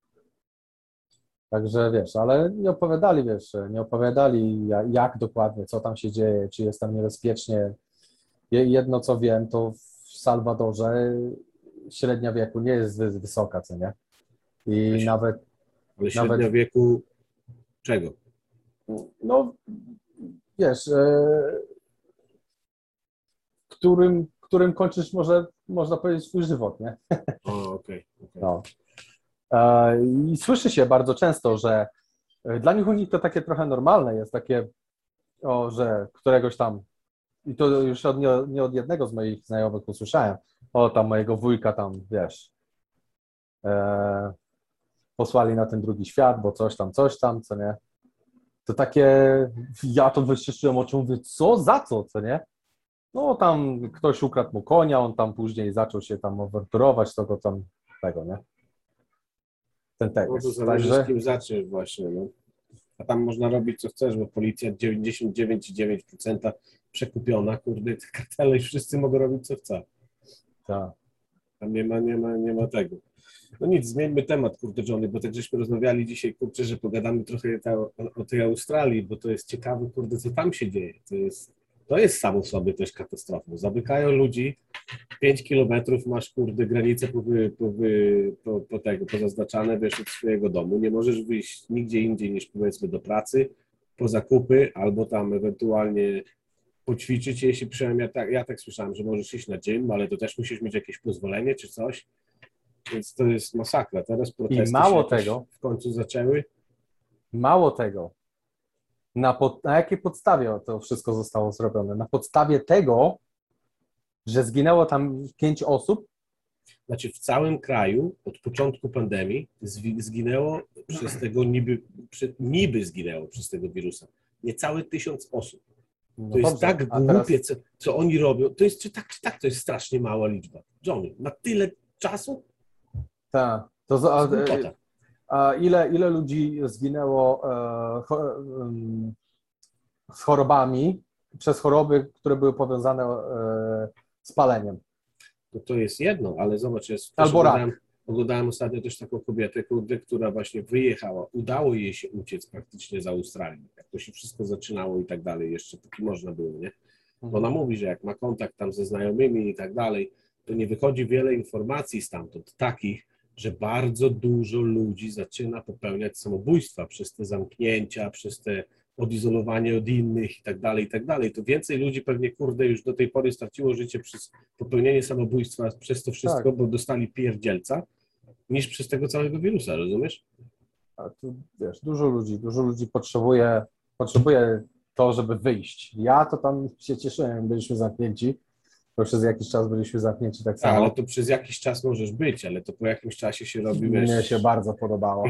Także, wiesz, ale nie opowiadali, wiesz, nie opowiadali jak, jak dokładnie, co tam się dzieje, czy jest tam niebezpiecznie. Jedno, co wiem, to w Salwadorze średnia wieku nie jest wysoka, co nie? I ale nawet... Ale średnia nawet, wieku czego? No, wiesz, którym, którym kończysz może, można powiedzieć, swój żywot, nie? O, okej. Okay, okay. No. I słyszy się bardzo często, że dla nich u nich to takie trochę normalne jest, takie, o, że któregoś tam, i to już od, nie, nie od jednego z moich znajomych usłyszałem, o, tam mojego wujka tam, wiesz, e, posłali na ten drugi świat, bo coś tam, coś tam, co nie? To takie, ja to wyczyszczyłem oczy, mówię, co, za co, co nie? No tam ktoś ukradł mu konia, on tam później zaczął się tam awanturować, tego tam, tego, nie? Ten tekst. No to zależy, Także... z kim zaczniesz właśnie, no. A tam można robić co chcesz, bo policja dziewięćdziesiąt dziewięć przecinek dziewięć procent przekupiona, kurde, te kartele i wszyscy mogą robić co chcą. Tak. Tam nie ma, nie ma, nie ma tego. No nic, zmieńmy temat, kurde, Johnny, bo tak żeśmy rozmawiali dzisiaj, kurczę, że pogadamy trochę ta, o, o tej Australii, bo to jest ciekawe, kurde, co tam się dzieje. To jest, to jest samo w sobie też katastrofą. Zamykają ludzi, pięć kilometrów masz, kurde, granicę po, po, po, po tego, pozaznaczane, wiesz, od swojego domu. Nie możesz wyjść nigdzie indziej niż, powiedzmy, do pracy, po zakupy, albo tam ewentualnie poćwiczyć, jeśli przynajmniej ja tak, ja tak słyszałem, że możesz iść na gym, ale to też musisz mieć jakieś pozwolenie czy coś. Więc to jest masakra. Teraz protesty I mało się też tego, w końcu zaczęły. mało tego, na, pod, na jakiej podstawie to wszystko zostało zrobione? Na podstawie tego, że zginęło tam pięć osób. Znaczy w całym kraju od początku pandemii zwi- zginęło przez tego niby, przy, niby zginęło przez tego wirusa niecałe tysiąc osób. No To jest dobrze, tak a głupie, teraz, co, co oni robią. To jest, czy tak, czy tak, to jest strasznie mała liczba. Johnny, na tyle czasu? ta, to, To a, jest głupota. a ile, ile ludzi zginęło e, cho, em, z chorobami, przez choroby, które były powiązane e, z paleniem? No to jest jedno, ale zobacz, jest, też Albo oglądałem, rak. oglądałem ostatnio też taką kobietę, kurde, która właśnie wyjechała, udało jej się uciec praktycznie z Australii, jak to się wszystko zaczynało i tak dalej, jeszcze póki można było, nie? Bo ona mówi, że jak ma kontakt tam ze znajomymi i tak dalej, to nie wychodzi wiele informacji stamtąd, takich, że bardzo dużo ludzi zaczyna popełniać samobójstwa przez te zamknięcia, przez te odizolowanie od innych i tak dalej, i tak dalej. To więcej ludzi pewnie, kurde, już do tej pory straciło życie przez popełnienie samobójstwa, przez to wszystko, Tak. bo dostali pierdzielca, niż przez tego całego wirusa, rozumiesz? A tu, wiesz, dużo ludzi, dużo ludzi potrzebuje, potrzebuje to, żeby wyjść. Ja to tam się cieszyłem, byliśmy zamknięci, bo przez jakiś czas byliśmy zamknięci tak A, samo. ale to przez jakiś czas możesz być, ale to po jakimś czasie się robi, wiesz... Mnie się bardzo podobało.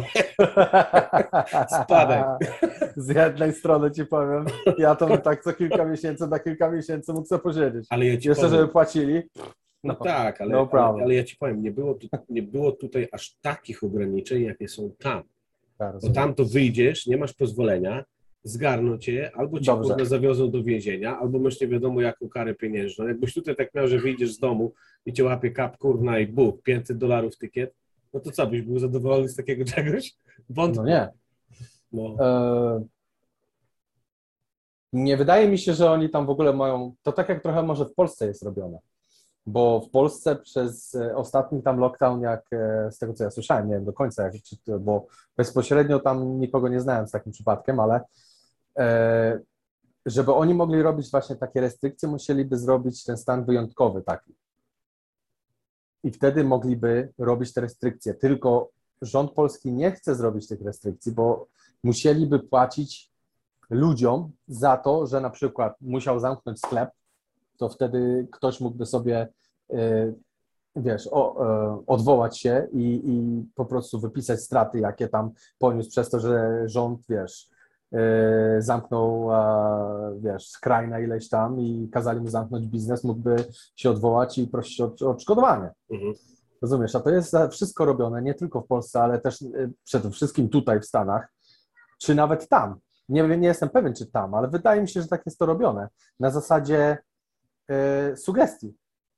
Spadek. Z jednej strony ci powiem, ja to bym tak co kilka miesięcy, na kilka miesięcy mógł sobie posiedzieć. Ale ja ci Jeszcze, powiem, żeby płacili. no, No, tak, ale, no ale, problem. ale ja ci powiem, nie było, tu, nie było tutaj aż takich ograniczeń, jakie są tam. Ja Bo rozumiem. tam to wyjdziesz, nie masz pozwolenia, zgarną cię, albo cię Dobrze. kurde zawiozą do więzienia, albo masz nie wiadomo jaką karę pieniężną. Jakbyś tutaj tak miał, że wyjdziesz z domu i cię łapie kap, kurna i buch, pięćset dolarów tykiet, no to co, byś był zadowolony z takiego czegoś? Wątpię. No nie. No. E, nie wydaje mi się, że oni tam w ogóle mają, to tak jak trochę może w Polsce jest robione, bo w Polsce przez e, ostatni tam lockdown, jak e, z tego co ja słyszałem, nie wiem do końca, jak, czy, to- bo bezpośrednio tam nikogo nie znałem z takim przypadkiem, ale e, żeby oni mogli robić właśnie takie restrykcje, musieliby zrobić ten stan wyjątkowy taki. I wtedy mogliby robić te restrykcje. Tylko rząd polski nie chce zrobić tych restrykcji, bo musieliby płacić ludziom za to, że na przykład musiał zamknąć sklep, to wtedy ktoś mógłby sobie, y, wiesz, o, e, odwołać się i, i po prostu wypisać straty, jakie tam poniósł przez to, że rząd, wiesz, y, zamknął, e, wiesz, kraj na ileś tam i kazali mu zamknąć biznes, mógłby się odwołać i prosić o, o odszkodowanie. Mhm. Rozumiesz, a to jest wszystko robione nie tylko w Polsce, ale też y, przede wszystkim tutaj w Stanach, czy nawet tam. Nie, wiem, nie jestem pewien, czy tam, ale wydaje mi się, że tak jest to robione. Na zasadzie y, sugestii,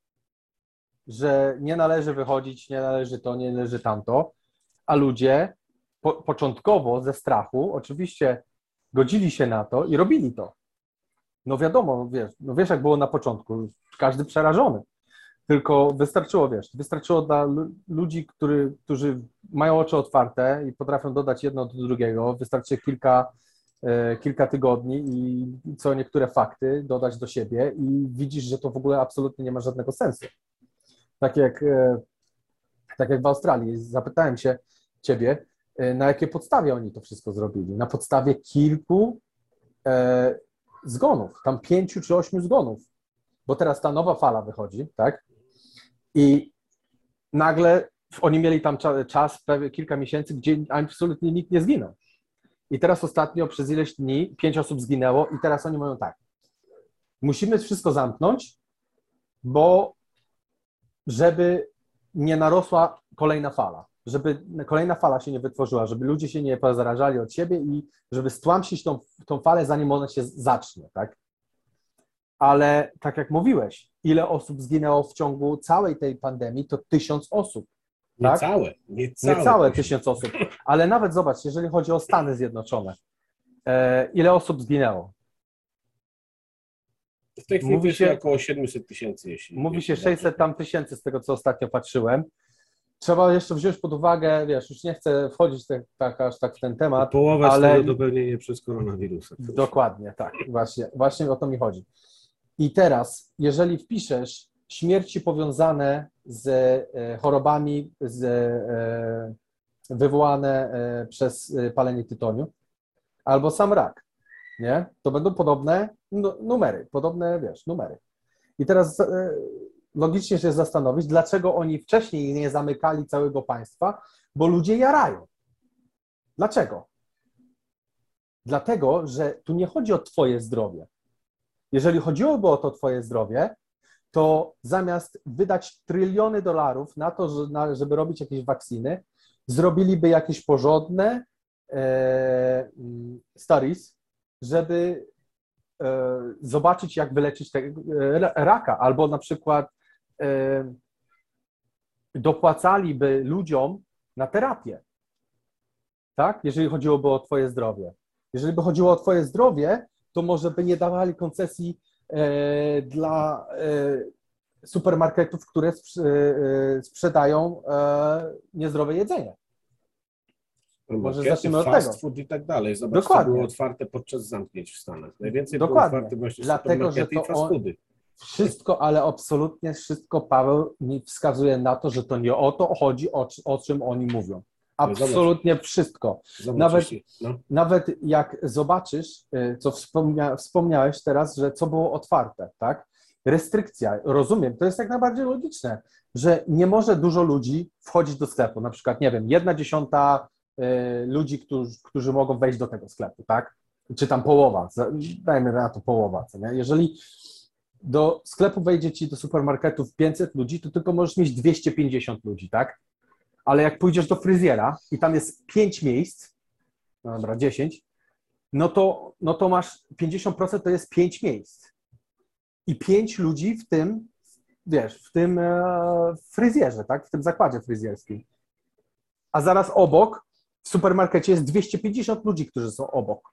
że nie należy wychodzić, nie należy to, nie należy tamto, a ludzie po, początkowo ze strachu oczywiście godzili się na to i robili to. No wiadomo, wiesz, no wiesz jak było na początku, każdy przerażony. Tylko wystarczyło, wiesz, wystarczyło dla lu- ludzi, który, którzy mają oczy otwarte i potrafią dodać jedno do drugiego, wystarczy kilka, e, kilka tygodni i co niektóre fakty dodać do siebie i widzisz, że to w ogóle absolutnie nie ma żadnego sensu. Tak jak, e, tak jak w Australii. Zapytałem się ciebie, e, na jakiej podstawie oni to wszystko zrobili. Na podstawie kilku e, zgonów, tam pięciu czy ośmiu zgonów, bo teraz ta nowa fala wychodzi, tak? I nagle oni mieli tam cza- czas, prawie kilka miesięcy, gdzie absolutnie nikt nie zginął. I teraz ostatnio przez ileś dni pięć osób zginęło i teraz oni mówią tak, musimy wszystko zamknąć, bo żeby nie narosła kolejna fala, żeby kolejna fala się nie wytworzyła, żeby ludzie się nie pozarażali od siebie i żeby stłamsić tą, tą falę, zanim ona się zacznie, tak? Ale tak jak mówiłeś, ile osób zginęło w ciągu całej tej pandemii, to tysiąc osób. tak? Niecałe, niecałe, Niecałe tysiąc osób. Ale nawet zobacz, jeżeli chodzi o Stany Zjednoczone, e, ile osób zginęło? W tej chwili Mówi jest się- około siedemset tysięcy, jeśli Mówi jeśli się dobrze sześćset tam tysięcy z tego, co ostatnio patrzyłem. Trzeba jeszcze wziąć pod uwagę, wiesz, już nie chcę wchodzić tak, tak, aż tak w ten temat, Połowa ale z tego to pewnie nie przez koronawirusa. dokładnie, tak, właśnie, właśnie o to mi chodzi. I teraz, jeżeli wpiszesz śmierci powiązane z e, chorobami z, e, wywołane e, przez e, palenie tytoniu, albo sam rak, nie? To będą podobne nu- numery, podobne, wiesz, numery. I teraz e, logicznie się zastanowić, dlaczego oni wcześniej nie zamykali całego państwa, bo ludzie jarają. Dlaczego? Dlatego, że tu nie chodzi o twoje zdrowie. Jeżeli chodziłoby o to twoje zdrowie, to zamiast wydać tryliony dolarów na to, że, na, żeby robić jakieś wakcyny, zrobiliby jakieś porządne e, studies, żeby e, zobaczyć, jak wyleczyć tego e, raka, albo na przykład e, dopłacaliby ludziom na terapię, tak? Jeżeli chodziłoby o twoje zdrowie. Jeżeli by chodziło o twoje zdrowie, to może by nie dawali koncesji e, dla e, supermarketów, które sprz- e, sprzedają e, niezdrowe jedzenie. Może zaczniemy od fast tego. food i tak dalej. Zobacz, co Dokładnie. było otwarte podczas zamknięć w Stanach. Najwięcej Dokładnie. było otwarte właśnie Dlatego, że supermarkety to i fast on- foody. Wszystko, ale absolutnie wszystko, Paweł, mi wskazuje na to, że to nie o to chodzi, o, o czym oni mówią. Ale zobacz. Absolutnie wszystko. Zobacz, Nawet- jeśli, no, Nawet jak zobaczysz, y, co wspomnia, wspomniałeś teraz, że co było otwarte, tak? Restrykcja, rozumiem, to jest jak najbardziej logiczne, że nie może dużo ludzi wchodzić do sklepu, na przykład, nie wiem, jedna dziesiąta y, ludzi, którzy, którzy mogą wejść do tego sklepu, tak? Czy tam połowa, za- dajmy na to połowa, co nie? Jeżeli do sklepu wejdzie ci do supermarketów pięćset ludzi, to tylko możesz mieć dwieście pięćdziesiąt ludzi, tak? Ale jak pójdziesz do fryzjera i tam jest pięć miejsc, no dobra, dziesięć, no to, no to masz pięćdziesiąt procent to jest pięć miejsc. I pięć ludzi w tym, wiesz, w tym e, fryzjerze, tak? W tym zakładzie fryzjerskim. A zaraz obok, w supermarkecie jest dwieście pięćdziesiąt ludzi, którzy są obok.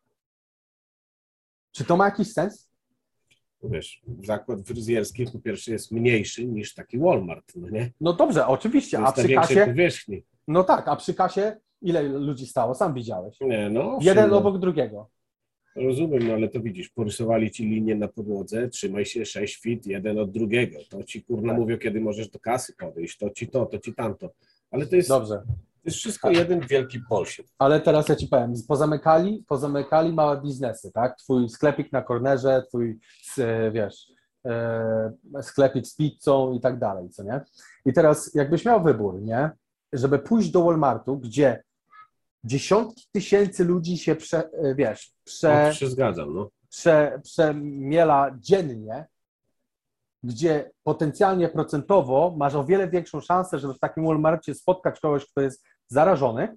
Czy to ma jakiś sens? wiesz, zakład fryzjerski po pierwsze jest mniejszy niż taki Walmart, no nie? No dobrze, oczywiście, To a jest na przy większej kasie, powierzchni. no tak, a przy kasie ile ludzi stało? Sam widziałeś. Nie, no owszem, Jeden no, obok drugiego. rozumiem, no ale to widzisz, porysowali ci linię na podłodze, trzymaj się sześć fit jeden od drugiego, to ci kurna Tak. mówią, kiedy możesz do kasy podejść, to ci to, to ci tamto, ale to jest, to Dobrze. jest wszystko jeden wielki bullshit. Ale teraz ja ci powiem, pozamykali, pozamykali małe biznesy, tak? Twój sklepik na kornerze, twój, e, wiesz, e, sklepik z pizzą i tak dalej, co nie? I teraz jakbyś miał wybór, nie? Żeby pójść do Walmartu, gdzie dziesiątki tysięcy ludzi się, prze, e, wiesz, No, prze, to się zgadzam, no. prze, przemiela dziennie, gdzie potencjalnie procentowo masz o wiele większą szansę, żeby w takim Walmarcie spotkać kogoś, kto jest zarażony,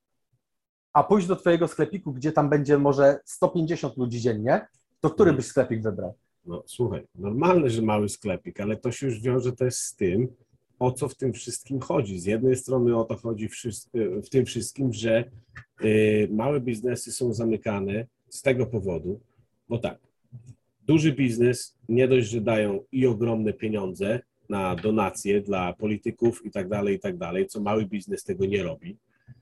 a pójść do twojego sklepiku, gdzie tam będzie może sto pięćdziesiąt ludzi dziennie, to który byś sklepik wybrał? No słuchaj, normalne, że mały sklepik, ale to się już wiąże też z tym, o co w tym wszystkim chodzi. Z jednej strony o to chodzi w tym wszystkim, że y, małe biznesy są zamykane z tego powodu, bo tak, duży biznes nie dość, że dają i ogromne pieniądze na donacje dla polityków i tak dalej, i tak dalej, co mały biznes tego nie robi.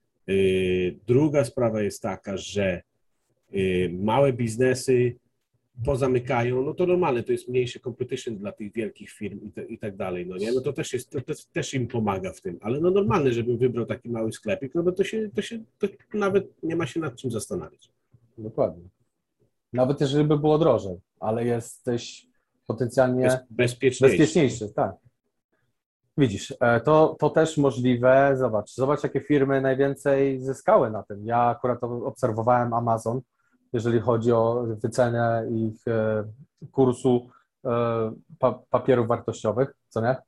Y, druga sprawa jest taka, że y, małe biznesy pozamykają, no to normalne, to jest mniejszy competition dla tych wielkich firm i, te, i tak dalej, no nie, no to też jest, to, to też im pomaga w tym, ale no normalne, żebym wybrał taki mały sklepik, no bo to się, to się, to nawet nie ma się nad czym zastanawiać. Dokładnie. Nawet jeżeli by było drożej, ale jesteś potencjalnie Bez, bezpieczniejszy. bezpieczniejszy, tak. Widzisz, e, to, to też możliwe, zobacz, zobacz jakie firmy najwięcej zyskały na tym. Ja akurat obserwowałem Amazon, jeżeli chodzi o wycenę ich e, kursu e, pa, papierów wartościowych, co nie?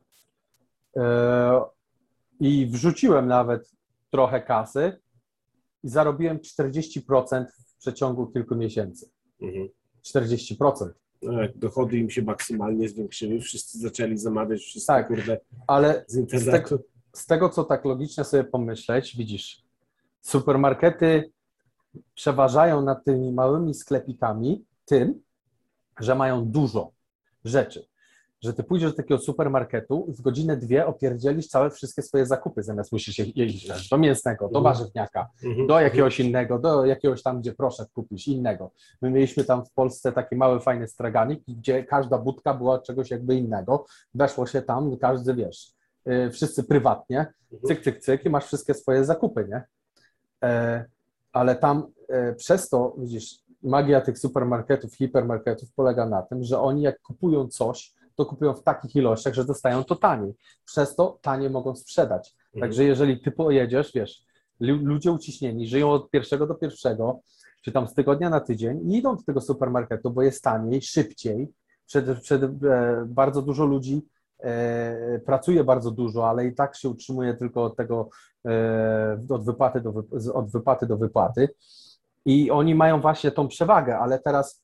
E, I wrzuciłem nawet trochę kasy i zarobiłem czterdzieści procent w przeciągu kilku miesięcy. Mhm. czterdzieści procent. No, jak dochody im się maksymalnie zwiększyły, wszyscy zaczęli zamawiać wszystko, Tak, kurde, ale z z, internetu. te, z tego, co tak logicznie sobie pomyśleć, widzisz, supermarkety przeważają nad tymi małymi sklepikami tym, że mają dużo rzeczy. Że ty pójdziesz do takiego supermarketu i w godzinę, dwie opierdzielisz całe wszystkie swoje zakupy, zamiast musisz je jeździć do mięsnego, do warzywniaka, Mhm. do jakiegoś innego, do jakiegoś tam, gdzie proszę kupić innego. My mieliśmy tam w Polsce taki mały, fajny straganik, gdzie każda budka była czegoś jakby innego. Weszło się tam, każdy, wiesz, yy, wszyscy prywatnie, cyk, cyk, cyk i masz wszystkie swoje zakupy, nie? E, ale tam e, przez to, widzisz, magia tych supermarketów, hipermarketów polega na tym, że oni jak kupują coś, to kupują w takich ilościach, że dostają to taniej. Przez to taniej mogą sprzedać. Mhm. Także jeżeli ty pojedziesz, wiesz, lu- ludzie uciśnieni żyją od pierwszego do pierwszego, czy tam z tygodnia na tydzień i idą do tego supermarketu, bo jest taniej, szybciej. Przed, przed, e, bardzo dużo ludzi e, pracuje bardzo dużo, ale i tak się utrzymuje tylko od tego, e, od wypłaty do, wy- od wypłaty do wypłaty. I oni mają właśnie tą przewagę, ale teraz,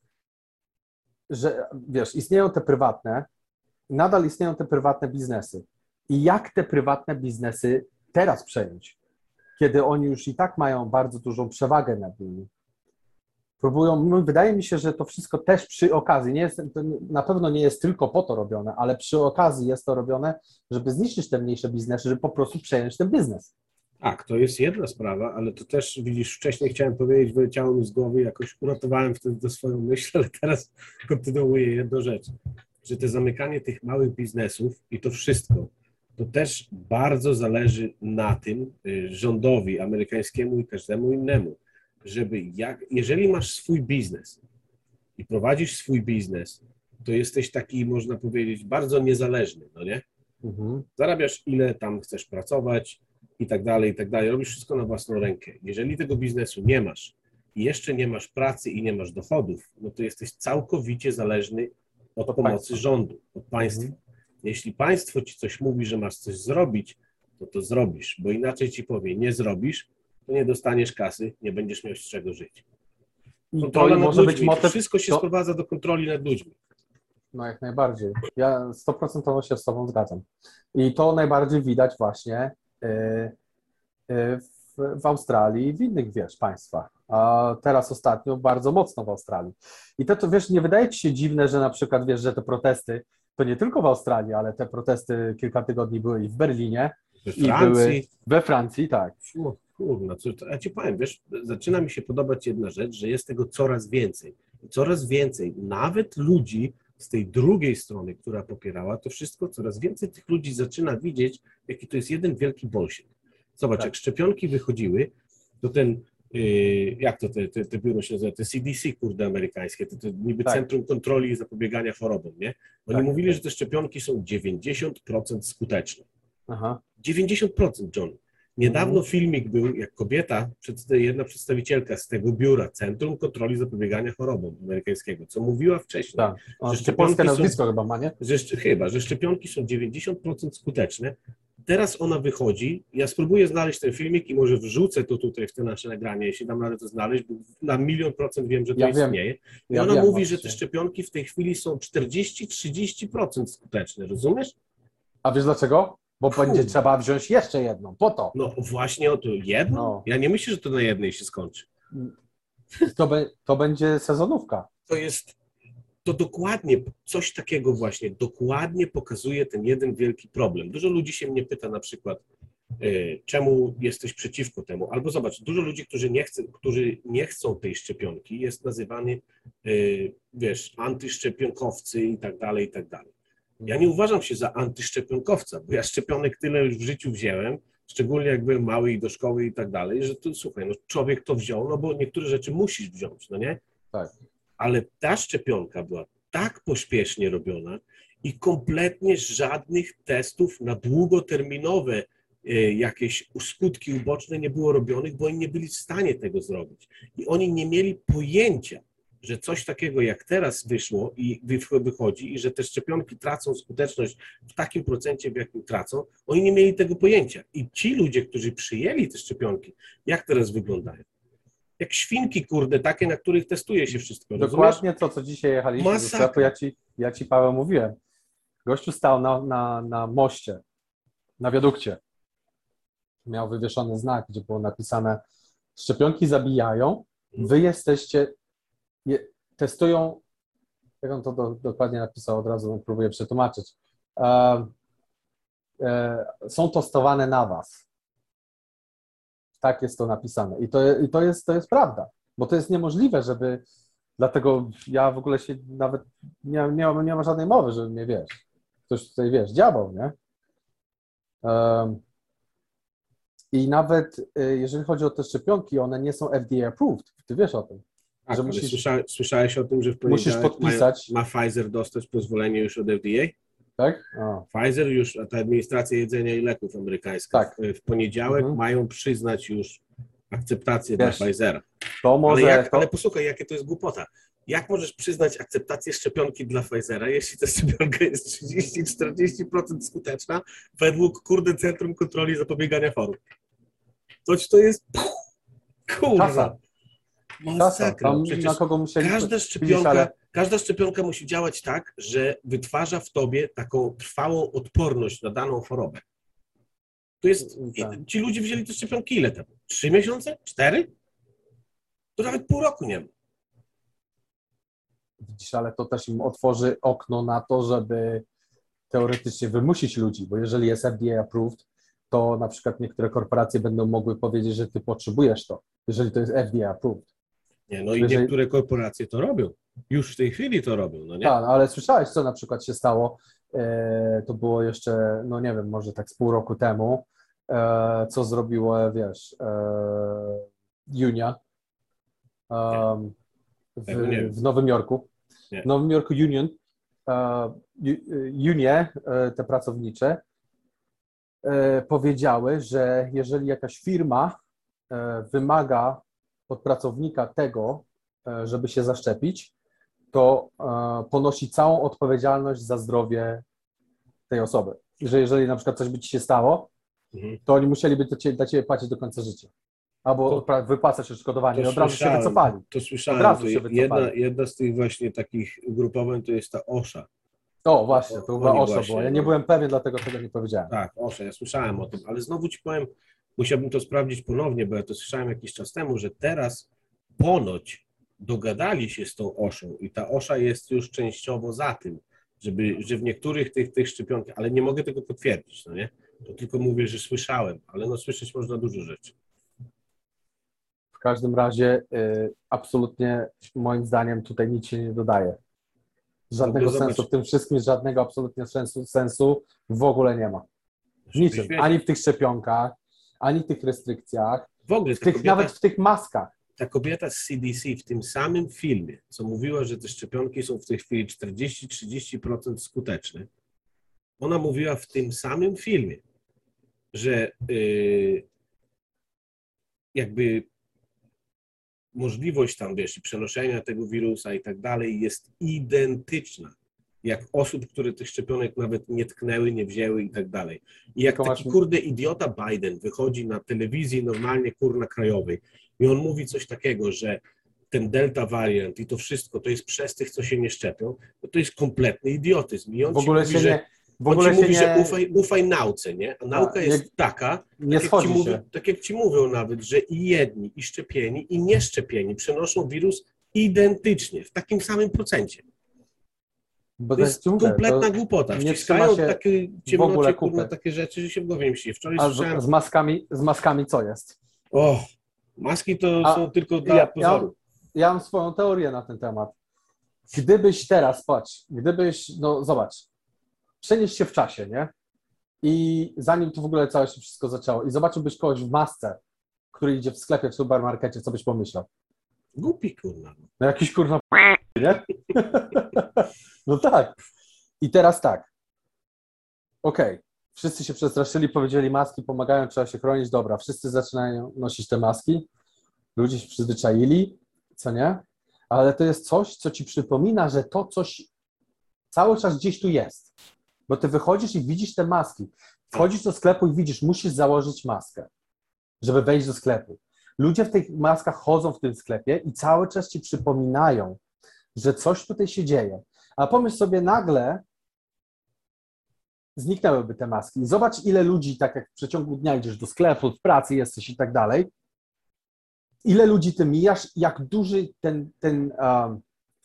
że wiesz, istnieją te prywatne, nadal istnieją te prywatne biznesy. I jak te prywatne biznesy teraz przejąć, kiedy oni już i tak mają bardzo dużą przewagę nad nimi? Próbują, no, wydaje mi się, że to wszystko też przy okazji, nie jest, to na pewno nie jest tylko po to robione, ale przy okazji jest to robione, żeby zniszczyć te mniejsze biznesy, żeby po prostu przejąć ten biznes. Tak, to jest jedna sprawa, ale to też, widzisz, wcześniej chciałem powiedzieć, wyleciało mi z głowy, jakoś uratowałem wtedy tę swoją myśl, ale teraz kontynuuję jedną rzecz, że te zamykanie tych małych biznesów i to wszystko, to też bardzo zależy na tym y, rządowi amerykańskiemu i każdemu innemu, żeby jak, jeżeli masz swój biznes i prowadzisz swój biznes, to jesteś taki, można powiedzieć, bardzo niezależny, no nie? Mhm. Zarabiasz ile tam chcesz pracować i tak dalej, i tak dalej. Robisz wszystko na własną rękę. Jeżeli tego biznesu nie masz i jeszcze nie masz pracy i nie masz dochodów, no to jesteś całkowicie zależny od Od pomocy państwa. rządu, od państwa. Mhm. Jeśli państwo ci coś mówi, że masz coś zrobić, to to zrobisz, bo inaczej ci powie, nie zrobisz, to nie dostaniesz kasy, nie będziesz miał z czego żyć. I to Kontrola i nad może być ludźmi. motyw, Wszystko się to, sprowadza do kontroli nad ludźmi. no jak najbardziej. Ja stoprocentowo się z Tobą zgadzam. I to najbardziej widać właśnie y, y, w, w Australii i w innych, wiesz, państwach. A teraz ostatnio bardzo mocno w Australii. I to, to, wiesz, nie wydaje Ci się dziwne, że na przykład, wiesz, że te protesty, to nie tylko w Australii, ale te protesty kilka tygodni były i w Berlinie, We i były Francji, we Francji, tak. o kurna, co, to, ja ci powiem, wiesz, zaczyna mi się podobać jedna rzecz, że jest tego coraz więcej. I coraz więcej, nawet ludzi z tej drugiej strony, która popierała to wszystko, coraz więcej tych ludzi zaczyna widzieć, jaki to jest jeden wielki bullshit. Zobacz, Tak. jak szczepionki wychodziły, to ten, yy, jak to te, te, te biuro się nazywa, te C D C, kurde, amerykańskie, to, to niby Tak. Centrum Kontroli i Zapobiegania Chorobom, nie? Oni Tak, mówili, tak. że te szczepionki są dziewięćdziesiąt procent skuteczne. Aha. dziewięćdziesiąt procent, John. Niedawno filmik był, jak kobieta, jedna przedstawicielka z tego biura, Centrum Kontroli Zapobiegania Chorobom amerykańskiego, co mówiła wcześniej, Tak. On że takie szczepionki polskie są, nazwisko chyba ma, nie? że, szcz- chyba, że szczepionki są dziewięćdziesiąt procent skuteczne. Teraz ona wychodzi, ja spróbuję znaleźć ten filmik i może wrzucę to tutaj w te nasze nagranie, jeśli dam radę to znaleźć, bo na milion procent wiem, że to Ja wiem. istnieje. I Ja ona wiem mówi, że te właśnie. szczepionki w tej chwili są czterdzieści do trzydziestu procent skuteczne, rozumiesz? A wiesz dlaczego? Bo będzie Kurde. trzeba wziąć jeszcze jedną, po to. No właśnie o to jedno? No. Ja nie myślę, że to na jednej się skończy. To, be, to będzie sezonówka. To jest, to dokładnie coś takiego właśnie, dokładnie pokazuje ten jeden wielki problem. Dużo ludzi się mnie pyta na przykład, y, czemu jesteś przeciwko temu? Albo zobacz, dużo ludzi, którzy nie, chce, którzy nie chcą tej szczepionki, jest nazywany, y, wiesz, antyszczepionkowcy i tak dalej, i tak dalej. Ja nie uważam się za antyszczepionkowca, bo ja szczepionek tyle już w życiu wziąłem, szczególnie jak byłem mały i do szkoły i tak dalej, że to słuchaj, no człowiek to wziął, no bo niektóre rzeczy musisz wziąć, no nie? Tak. Ale ta szczepionka była tak pośpiesznie robiona i kompletnie żadnych testów na długoterminowe y, jakieś skutki uboczne nie było robionych, bo oni nie byli w stanie tego zrobić. I oni nie mieli pojęcia, że coś takiego jak teraz wyszło i wychodzi i że te szczepionki tracą skuteczność w takim procencie, w jakim tracą, oni nie mieli tego pojęcia. I ci ludzie, którzy przyjęli te szczepionki, jak teraz wyglądają? Jak świnki, kurde, takie, na których testuje się wszystko. Dokładnie to, co dzisiaj jechaliśmy do Masakra. sklepu, ja ci, ja ci Paweł mówiłem. Gościu stał na, na, na moście, na wiadukcie miał wywieszony znak, gdzie było napisane: szczepionki zabijają, wy jesteście, je, testują, jak on to do, dokładnie napisał, od razu próbuję przetłumaczyć, e, e, są testowane na was. Tak jest to napisane. I to, i to, jest, to jest prawda, bo to jest niemożliwe, żeby, dlatego ja w ogóle się nawet nie, nie, nie ma żadnej mowy, żeby mnie, wiesz, ktoś tutaj, wiesz, działał, nie? Um, I nawet y, jeżeli chodzi o te szczepionki, one nie są F D A approved. Ty wiesz o tym. Tak, że ale musisz, słysza, słyszałeś o tym, że w musisz poniedziałek podpisać. mają, ma Pfizer dostać pozwolenie już od F D A? Tak? A. Pfizer już, a ta administracja jedzenia i leków amerykańska, Tak. w, w poniedziałek Mhm. mają przyznać już akceptację Wiesz, dla Pfizera. To może, ale, jak, to... ale posłuchaj, jakie to jest głupota. Jak możesz przyznać akceptację szczepionki dla Pfizera, jeśli ta szczepionka jest trzydzieści do czterdziestu procent skuteczna według, kurde, Centrum Kontroli i Zapobiegania Chorób? Toć to jest... Kurwa. Masakra. Tam Przecież na kogo musieli... każda szczepionka, ale... każda szczepionka musi działać tak, że wytwarza w tobie taką trwałą odporność na daną chorobę. To jest... Tak. Ci ludzie wzięli te szczepionki ile temu? Trzy miesiące? Cztery? To nawet pół roku nie ma. Widzisz, ale to też im otworzy okno na to, żeby teoretycznie wymusić ludzi, bo jeżeli jest F D A approved, to na przykład niektóre korporacje będą mogły powiedzieć, że ty potrzebujesz to, jeżeli to jest F D A approved. Nie, no i jeżeli... niektóre korporacje to robią. Już w tej chwili to robią, no nie? Tak, ale słyszałeś, co na przykład się stało? E, to było jeszcze, no nie wiem, może tak z pół roku temu, e, co zrobiło, wiesz, e, Unia e, w, w Nowym Jorku. Nie. W Nowym Jorku Union, e, Unie, e, te pracownicze, e, powiedziały, że jeżeli jakaś firma e, wymaga od pracownika tego, e, żeby się zaszczepić, to e, ponosi całą odpowiedzialność za zdrowie tej osoby. Że jeżeli na przykład coś by ci się stało, mhm. to oni musieliby to cię, dla ciebie płacić do końca życia. Albo to, wypłacać odszkodowanie. I od razu się wycofali. To słyszałem. Od razu to się wycofali. Jedna, jedna z tych właśnie takich ugrupowań to jest ta OSHA. O, właśnie, to chyba OSHA właśnie, było. Ja nie no. byłem pewien, dlatego tego nie powiedziałem. Tak, OSHA, ja słyszałem o tym, ale znowu ci powiem, musiałbym to sprawdzić ponownie, bo ja to słyszałem jakiś czas temu, że teraz ponoć dogadali się z tą OSHą i ta OSHA jest już częściowo za tym, żeby, że w niektórych tych, tych szczepionkach, ale nie mogę tego potwierdzić, no nie? To tylko mówię, że słyszałem, ale no słyszeć można dużo rzeczy. W każdym razie y, absolutnie moim zdaniem tutaj nic się nie dodaje. Żadnego no, sensu w tym wszystkim, żadnego absolutnie sensu, sensu w ogóle nie ma. Niczym. Ani w tych szczepionkach, ani w tych restrykcjach, w ogóle w tych, kobieta, nawet w tych maskach. Ta kobieta z C D C w tym samym filmie, co mówiła, że te szczepionki są w tej chwili czterdzieści do trzydziestu procent skuteczne, ona mówiła w tym samym filmie, że yy, jakby możliwość tam, wiesz, przenoszenia tego wirusa i tak dalej jest identyczna jak osób, które tych szczepionek nawet nie tknęły, nie wzięły i tak dalej. I jak taki kurde idiota Biden wychodzi na telewizji normalnie kurna krajowej i on mówi coś takiego, że ten delta variant i to wszystko to jest przez tych, co się nie szczepią, to to jest kompletny idiotyzm. I on w ogóle ci się mówi, że nie... W ogóle on ci mówi, nie... że ufaj, ufaj nauce, nie? A nauka A, jest nie, taka, nie tak, jak ci mówią, się. tak jak ci mówią nawet, że i jedni, i szczepieni, i nieszczepieni przenoszą wirus identycznie, w takim samym procencie. Bo to jest mówię, kompletna to głupota. Nie Wciskają się takie ciemnocie, kurwa, takie rzeczy, że się w głowie myśli. Wczoraj A słyszałem... z, z, maskami, z maskami co jest? O, maski to A, są tylko dla ja, pozoru. Ja, ja mam swoją teorię na ten temat. Gdybyś teraz, patrz, gdybyś, no zobacz, przenieść się w czasie, nie? I zanim to w ogóle całe się wszystko zaczęło i zobaczyłbyś kogoś w masce, który idzie w sklepie, w supermarkecie, co byś pomyślał? Głupi, kurwa. No jakiś kurwa nie? No tak. I teraz tak. Okej. Okay. Wszyscy się przestraszyli, powiedzieli maski pomagają, trzeba się chronić. Dobra, wszyscy zaczynają nosić te maski. Ludzie się przyzwyczaili, co nie? Ale to jest coś, co ci przypomina, że to coś cały czas gdzieś tu jest. Bo ty wychodzisz i widzisz te maski. Wchodzisz do sklepu i widzisz, musisz założyć maskę, żeby wejść do sklepu. Ludzie w tych maskach chodzą w tym sklepie i cały czas ci przypominają, że coś tutaj się dzieje. A pomyśl sobie nagle, zniknęłyby te maski. Zobacz, ile ludzi, tak jak w przeciągu dnia idziesz do sklepu, w pracy jesteś i tak dalej, ile ludzi ty mijasz, jak duży ten, ten um,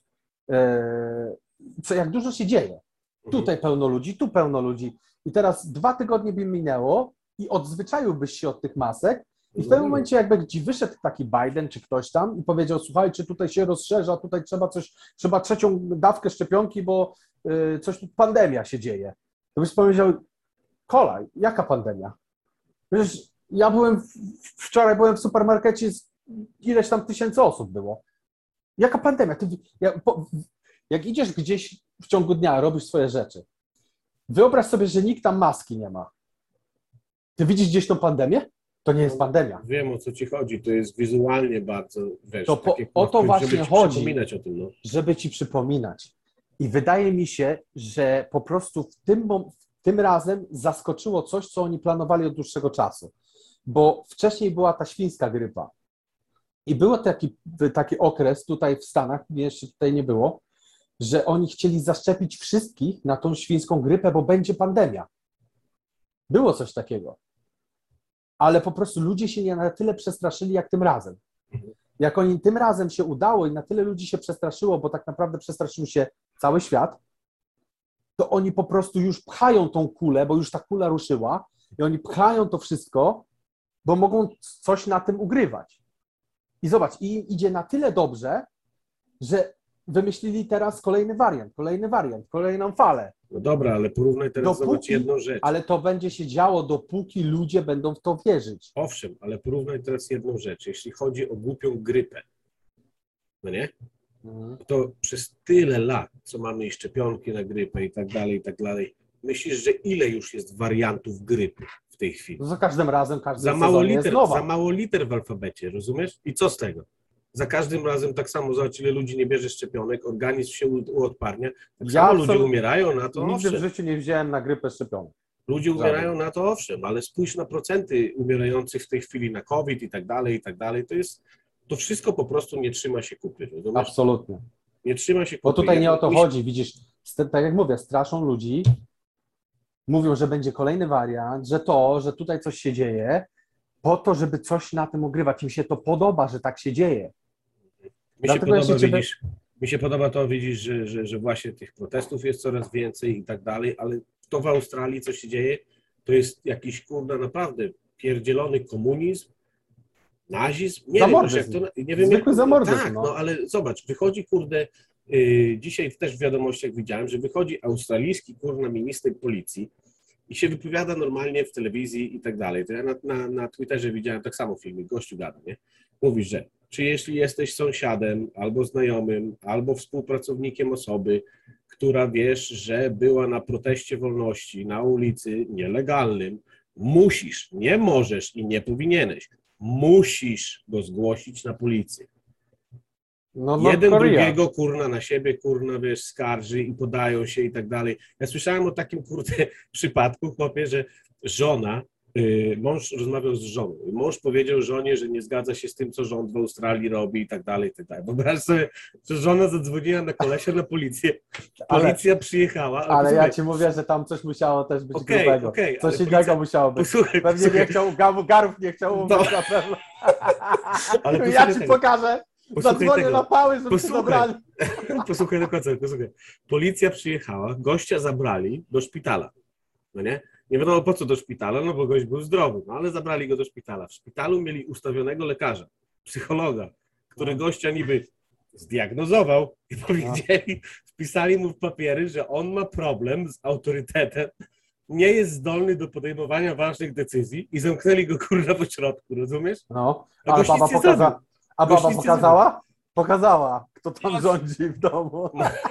e, co, jak dużo się dzieje. Tutaj pełno ludzi, tu pełno ludzi. I teraz dwa tygodnie by minęło i odzwyczaiłbyś się od tych masek i w tym momencie jakby ci wyszedł taki Biden czy ktoś tam i powiedział, słuchajcie, tutaj się rozszerza, tutaj trzeba coś, trzeba trzecią dawkę szczepionki, bo y, coś tu, pandemia się dzieje. To byś powiedział, kolaj, jaka pandemia? Przecież ja byłem, w, wczoraj byłem w supermarkecie, ileś tam tysięcy osób było. Jaka pandemia? Ty, ja, po, jak idziesz gdzieś w ciągu dnia, robisz swoje rzeczy, wyobraź sobie, że nikt tam maski nie ma. Ty widzisz gdzieś tą pandemię? To nie jest pandemia. Wiem, o co ci chodzi, to jest wizualnie bardzo, wiesz, to po, takie, o to żeby właśnie ci chodzi, przypominać o tym, no. żeby ci przypominać. I wydaje mi się, że po prostu w tym, tym razem zaskoczyło coś, co oni planowali od dłuższego czasu. Bo wcześniej była ta świńska grypa. I był taki, taki okres tutaj w Stanach, jeszcze tutaj nie było, że oni chcieli zaszczepić wszystkich na tą świńską grypę, bo będzie pandemia. Było coś takiego. Ale po prostu ludzie się nie na tyle przestraszyli, jak tym razem. Jak oni tym razem się udało i na tyle ludzi się przestraszyło, bo tak naprawdę przestraszył się cały świat, to oni po prostu już pchają tą kulę, bo już ta kula ruszyła i oni pchają to wszystko, bo mogą coś na tym ugrywać. I zobacz, i idzie na tyle dobrze, że wymyślili teraz kolejny wariant, kolejny wariant, kolejną falę. No dobra, ale porównaj teraz, Dopóki, zobacz jedną rzecz. Ale to będzie się działo, dopóki ludzie będą w to wierzyć. Owszem, ale porównaj teraz jedną rzecz. Jeśli chodzi o głupią grypę, no nie? Mhm. To przez tyle lat, co mamy i szczepionki na grypę i tak dalej, i tak dalej, myślisz, że ile już jest wariantów grypy w tej chwili? No za każdym razem, każdy Za mało, jest liter, nowa. za mało liter w alfabecie, rozumiesz? I co z tego? Za każdym razem tak samo, zobacz, ile ludzi nie bierze szczepionek, organizm się uodparnia, tak Ja samo ludzie absolut- umierają na to, Nigdy w owszem. życiu nie wziąłem na grypę szczepionek. Ludzie umierają na to, owszem, ale spójrz na procenty umierających w tej chwili na COVID i tak dalej, i tak dalej, to jest, to wszystko po prostu nie trzyma się kupy, rozumiesz? Absolutnie. Nie trzyma się kupy. Bo tutaj nie o to Mi- chodzi, widzisz, st- tak jak mówię, straszą ludzi, mówią, że będzie kolejny wariant, że to, że tutaj coś się dzieje, po to, żeby coś na tym ugrywać. Im się to podoba, że tak się dzieje. Mi się, Dlatego ja podoba, się ciebie- widzisz, mi się podoba to, widzisz, że, że, że właśnie tych protestów jest coraz więcej i tak dalej, ale to w Australii, co się dzieje, to jest jakiś, kurde, naprawdę pierdzielony komunizm, nazizm, nie wiem, już jak Zamordyzm. to, nie wiem, Zwykły jak, zamordyzm, tak, no. no ale zobacz, wychodzi, kurde, yy, dzisiaj też w wiadomościach widziałem, że wychodzi australijski, kurna, minister policji i się wypowiada normalnie w telewizji i tak dalej. To ja na, na, na Twitterze widziałem tak samo filmik, gościu gada, nie? Mówi, że czy jeśli jesteś sąsiadem, albo znajomym, albo współpracownikiem osoby, która wiesz, że była na proteście wolności na ulicy nielegalnym, musisz, nie możesz i nie powinieneś, musisz go zgłosić na policję. No, no, Jeden Korea. drugiego, kurna, na siebie, kurna, wiesz, skarży i podają się i tak dalej. Ja słyszałem o takim, kurde, przypadku, chłopie, że żona, y, mąż rozmawiał z żoną i mąż powiedział żonie, że nie zgadza się z tym, co rząd w Australii robi i tak dalej, i tak dalej. Wyobraź sobie, że żona zadzwoniła na kolesia na policję, policja Ale- przyjechała. Ale ja posłuchaj, ci mówię, że tam coś musiało też być Okej, grubego. okej, Coś ale innego policja- musiało być. Posłuchaj, Pewnie posłuchaj, nie chciał, Garów, Garów nie chciał No. umrzeć na pewno. Ale Ja posłuchaj ci tego. pokażę. Posłuchaj Zadzwonię tego. na pały, żeby cię Posłuchaj. zabrali. Posłuchaj do końca, posłuchaj. Policja przyjechała, gościa zabrali do szpitala, no nie? Nie wiadomo po co do szpitala, no bo gość był zdrowy, no ale zabrali go do szpitala. W szpitalu mieli ustawionego lekarza, psychologa, który gościa niby zdiagnozował i powiedzieli, wpisali mu w papiery, że on ma problem z autorytetem, nie jest zdolny do podejmowania ważnych decyzji i zamknęli go, kurwa, w ośrodku, rozumiesz? No, A ale gość baba nic nie pokaza... zrobił. A Gość baba nic nie pokazała? Pokazała, kto tam No. rządzi w domu.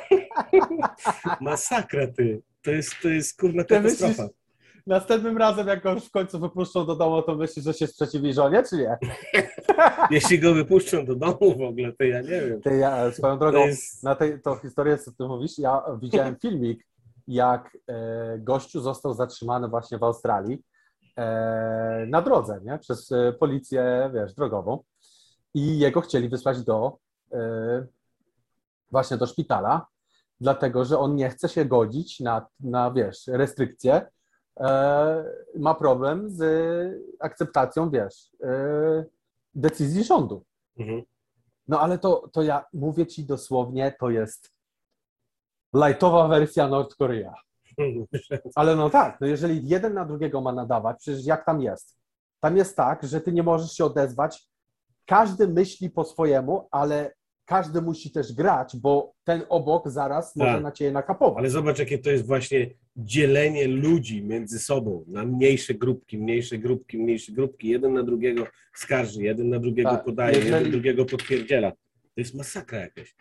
Masakra, ty. To jest, to jest kurna Ty katastrofa. myślisz, następnym razem, jak go już w końcu wypuszczą do domu, to myślisz, że się sprzeciwi żonie, czy nie? Jeśli go wypuszczą do domu w ogóle, to ja nie wiem. Ty, ja, swoją drogą, To jest... na tej to historię, co ty mówisz, ja widziałem filmik, jak e, gościu został zatrzymany właśnie w Australii e, na drodze, nie? Przez e, policję, wiesz, drogową i jego chcieli wysłać do e, właśnie do szpitala, dlatego że on nie chce się godzić na, na wiesz, restrykcje, e, ma problem z akceptacją, wiesz, e, decyzji rządu. Mhm. No ale to, to ja mówię ci dosłownie, to jest lightowa wersja North Korea. Ale no tak, no jeżeli jeden na drugiego ma nadawać, przecież jak tam jest? Tam jest tak, że ty nie możesz się odezwać, każdy myśli po swojemu, ale każdy musi też grać, bo ten obok zaraz może Tak. na ciebie nakapować. Ale zobacz, jakie to jest właśnie dzielenie ludzi między sobą na mniejsze grupki, mniejsze grupki, mniejsze grupki. Jeden na drugiego skarży, jeden na drugiego Tak, podaje, jeżeli- jeden drugiego potwierdziela. To jest masakra jakaś.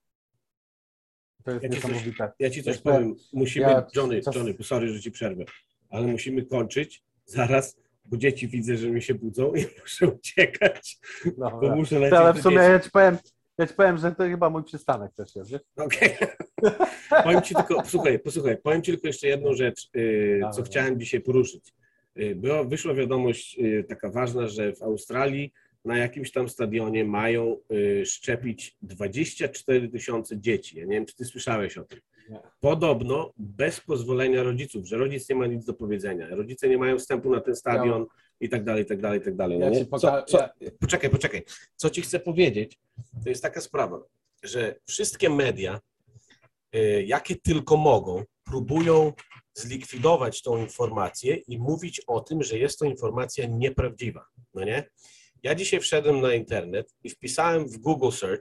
To jest Ja ci coś, niesamowite. ja ci coś Jeszcze- powiem. Musimy, ja Johnny, czas- Johnny, sorry, że ci przerwę, ale musimy kończyć zaraz, bo dzieci widzę, że mi się budzą i muszę uciekać, No, bo no. muszę lecieć Ale do w sumie dzieci. ja ci powiem, ja ci powiem, że to chyba mój przystanek też jest, wiesz? Okej. Powiem ci tylko, posłuchaj, posłuchaj, powiem ci tylko jeszcze jedną rzecz, yy, co Dobra. chciałem dzisiaj poruszyć. Yy, była, wyszła wiadomość yy, taka ważna, że w Australii na jakimś tam stadionie mają yy, szczepić dwadzieścia cztery tysiące dzieci. Ja nie wiem, czy ty słyszałeś o tym. Nie. Podobno bez pozwolenia rodziców, że rodzic nie ma nic do powiedzenia. Rodzice nie mają wstępu na ten stadion i tak dalej, i tak dalej, i tak dalej. No Ja nie? ci Co, poka- co, ja- Poczekaj, poczekaj. Co ci chcę powiedzieć, to jest taka sprawa, że wszystkie media, y, jakie tylko mogą, próbują zlikwidować tą informację i mówić o tym, że jest to informacja nieprawdziwa, no nie? Ja dzisiaj wszedłem na internet i wpisałem w Google Search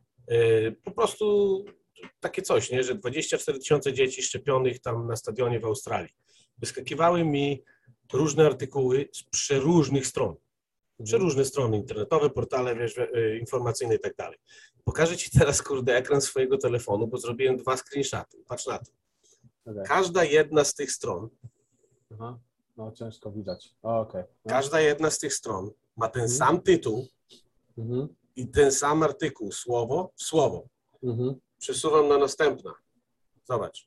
y, po prostu takie coś, nie, że dwadzieścia cztery tysiące dzieci szczepionych tam na stadionie w Australii. Wyskakiwały mi różne artykuły z przeróżnych stron. Przeróżne strony internetowe, portale wiesz, y, informacyjne i tak dalej. Pokażę ci teraz, kurde, ekran swojego telefonu, bo zrobiłem dwa screenshoty. Patrz na to. Okej. Każda jedna z tych stron, Aha. No ciężko widać. O, okej. No. każda jedna z tych stron ma ten Mhm. sam tytuł Mhm. i ten sam artykuł, słowo w słowo. Mhm. Przesuwam na następna. Zobacz.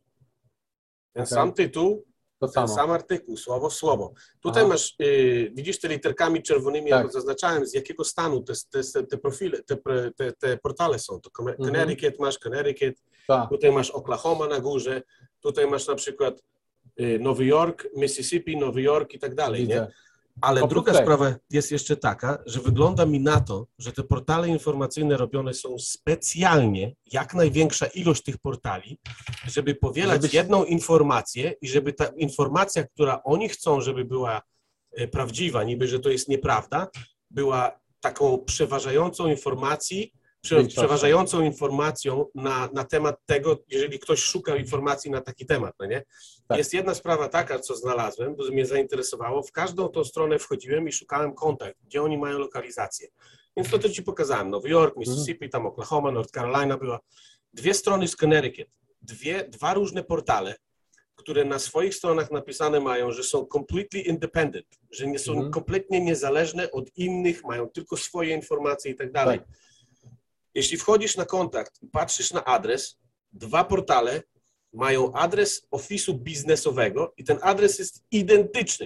Ten Okej. sam tytuł, To ten samo. sam artykuł, słowo w słowo. Tutaj Aha. masz, y, widzisz te literkami czerwonymi, Tak. jak zaznaczałem, z jakiego stanu te, te, te profile, te, pre- te, te portale są. To Con- Mhm. Connecticut masz, Connecticut, Tak. tutaj masz Oklahoma na górze, tutaj masz na przykład y, Nowy Jork, Mississippi, Nowy Jork i tak dalej, nie? Widzę. Ale Po druga prostu. sprawa jest jeszcze taka, że wygląda mi na to, że te portale informacyjne robione są specjalnie, jak największa ilość tych portali, żeby powielać Żebyś- jedną informację i żeby ta informacja, która oni chcą, żeby była e, prawdziwa, niby, że to jest nieprawda, była taką przeważającą informacji, prze, Większością. przeważającą informacją na, na temat tego, jeżeli ktoś szuka informacji na taki temat, no nie? Tak. Jest jedna sprawa taka, co znalazłem, bo mnie zainteresowało. W każdą tą stronę wchodziłem i szukałem kontakt, gdzie oni mają lokalizację. Więc to też ci pokazałem. Nowy Jork, Mississippi, tam Oklahoma, North Carolina była. Dwie strony z Connecticut. Dwie, dwa różne portale, które na swoich stronach napisane mają, że są completely independent, że nie są Mhm. kompletnie niezależne od innych, mają tylko swoje informacje i tak dalej. Tak. Jeśli wchodzisz na kontakt i patrzysz na adres, dwa portale mają adres ofisu biznesowego i ten adres jest identyczny.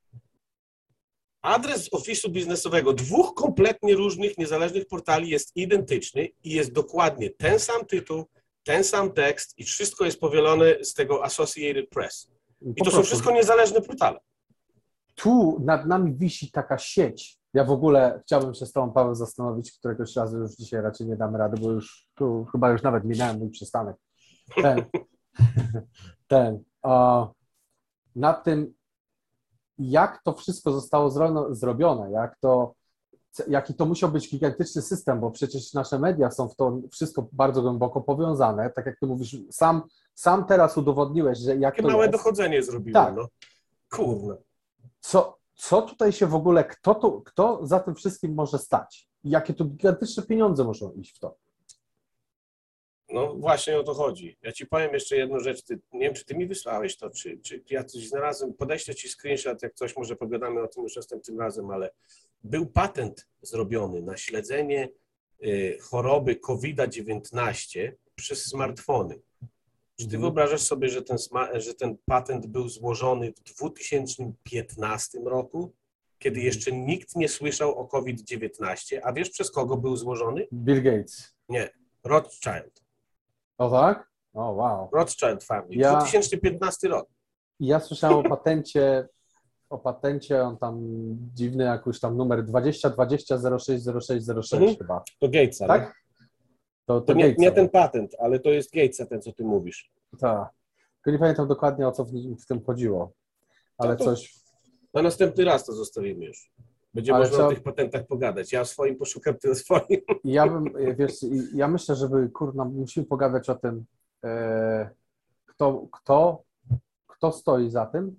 Adres ofisu biznesowego dwóch kompletnie różnych, niezależnych portali jest identyczny i jest dokładnie ten sam tytuł, ten sam tekst i wszystko jest powielone z tego Associated Press. I Po to są prostu. wszystko niezależne portale. Tu nad nami wisi taka sieć. Ja w ogóle chciałbym się z Tobą, Paweł, zastanowić, któregoś razu już dzisiaj raczej nie damy rady, bo już tu chyba już nawet minąłem mój przystanek. Ten, ten, o, nad tym, jak to wszystko zostało zro, zrobione, jak to, jaki to musiał być gigantyczny system, bo przecież nasze media są w to wszystko bardzo głęboko powiązane, tak jak Ty mówisz, sam, sam teraz udowodniłeś, że jak Takie to małe jest. dochodzenie zrobiłem, Tak. no. Kurwa. Co, co tutaj się w ogóle, kto, tu, kto za tym wszystkim może stać? I jakie tu gigantyczne pieniądze muszą iść w to? No właśnie o to chodzi. Ja ci powiem jeszcze jedną rzecz. Ty, nie wiem, czy ty mi wysłałeś to, czy, czy ja coś znalazłem. Podeślę ci screenshot, jak coś, może pogadamy o tym już następnym razem, ale był patent zrobiony na śledzenie y, choroby kowida dziewiętnaście przez smartfony. Czy ty Mhm. wyobrażasz sobie, że ten, sma- że ten patent był złożony w dwa tysiące piętnastym roku, kiedy jeszcze nikt nie słyszał o kowid dziewiętnaście, a wiesz przez kogo był złożony? Bill Gates. Nie, Rothschild. O tak? O, wow. Rothschild Family, Ja- dwa tysiące piętnasty rok. Ja słyszałem o patencie, o patencie, on tam dziwny, jakiś tam numer dwadzieścia dwadzieścia zero sześć zero sześć zero sześć Mhm. chyba, To Gatesa, nie? tak? To, To to nie, Gatesa nie ten był. patent, ale to jest Gatesa, ten co ty mówisz. Tak. Tylko nie pamiętam dokładnie, o co w, nim- w tym chodziło, ale No to- coś... Na następny raz to zostawimy już. Będzie Ale można trzeba- o tych patentach pogadać. Ja o swoim poszukam, ty o swoim. Ja bym, wiesz, ja myślę, żeby, kurna, musimy pogadać o tym, e, kto, kto, kto stoi za tym.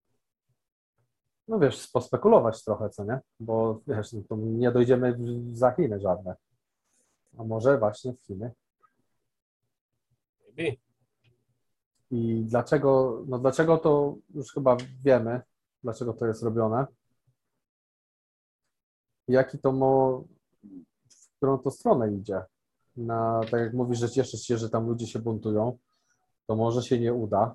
No wiesz, pospekulować trochę, co nie? Bo wiesz, no to nie dojdziemy w- za Chiny żadne. A może właśnie w Chiny. Maybe. I dlaczego, no dlaczego to już chyba wiemy, dlaczego to jest robione. Jaki to mo, w którą to stronę idzie. Na, tak jak mówisz, że cieszysz się, że tam ludzie się buntują, to może się nie uda,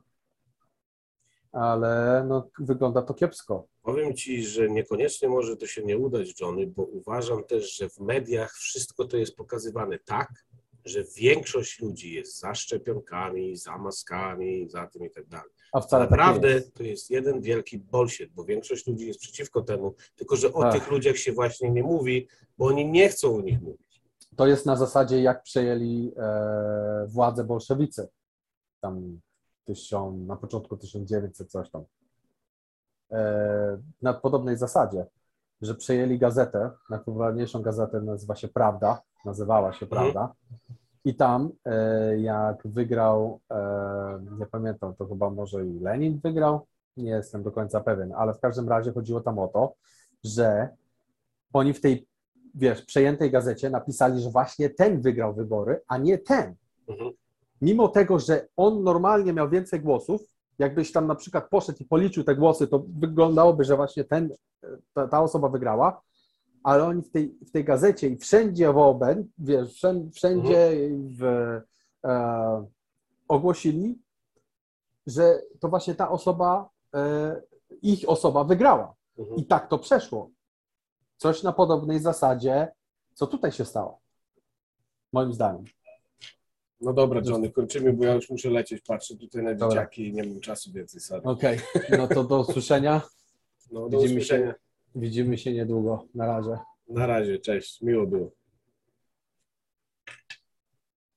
ale no, wygląda to kiepsko. Powiem ci, że niekoniecznie może to się nie udać, Johnny, bo uważam też, że w mediach wszystko to jest pokazywane tak, że większość ludzi jest za szczepionkami, za maskami, za tym i tak dalej. A wcale tak nie Naprawdę jest. to jest jeden wielki bullshit, bo większość ludzi jest przeciwko temu, tylko że o Tak. tych ludziach się właśnie nie mówi, bo oni nie chcą o nich mówić. To jest na zasadzie, jak przejęli e, władzę bolszewicy. Tam tysiąc, na początku tysiąc dziewięćset coś tam. E, na podobnej zasadzie, że przejęli gazetę, najpopularniejszą gazetę nazywa się Prawda, nazywała się Mhm. Prawda. I tam e, jak wygrał, e, nie pamiętam, to chyba może i Lenin wygrał, nie jestem do końca pewien, ale w każdym razie chodziło tam o to, że oni w tej, wiesz, przejętej gazecie napisali, że właśnie ten wygrał wybory, a nie ten. Mhm. Mimo tego, że on normalnie miał więcej głosów, jakbyś tam na przykład poszedł i policzył te głosy, to wyglądałoby, że właśnie ten, ta, ta osoba wygrała, ale oni w tej, w tej gazecie i wszędzie w O B N, wiesz, wszędzie, wszędzie w, e, ogłosili, że to właśnie ta osoba, e, ich osoba wygrała. Mhm. I tak to przeszło. Coś na podobnej zasadzie, co tutaj się stało. Moim zdaniem. No dobra, Johnny, kończymy, bo ja już muszę lecieć, patrzę tutaj na Dobra. dzieciaki i nie mam czasu więcej, sorry. Okej, no to do usłyszenia. No, do Widzimy usłyszenia. się, widzimy się niedługo. Na razie. Na razie, cześć, miło było.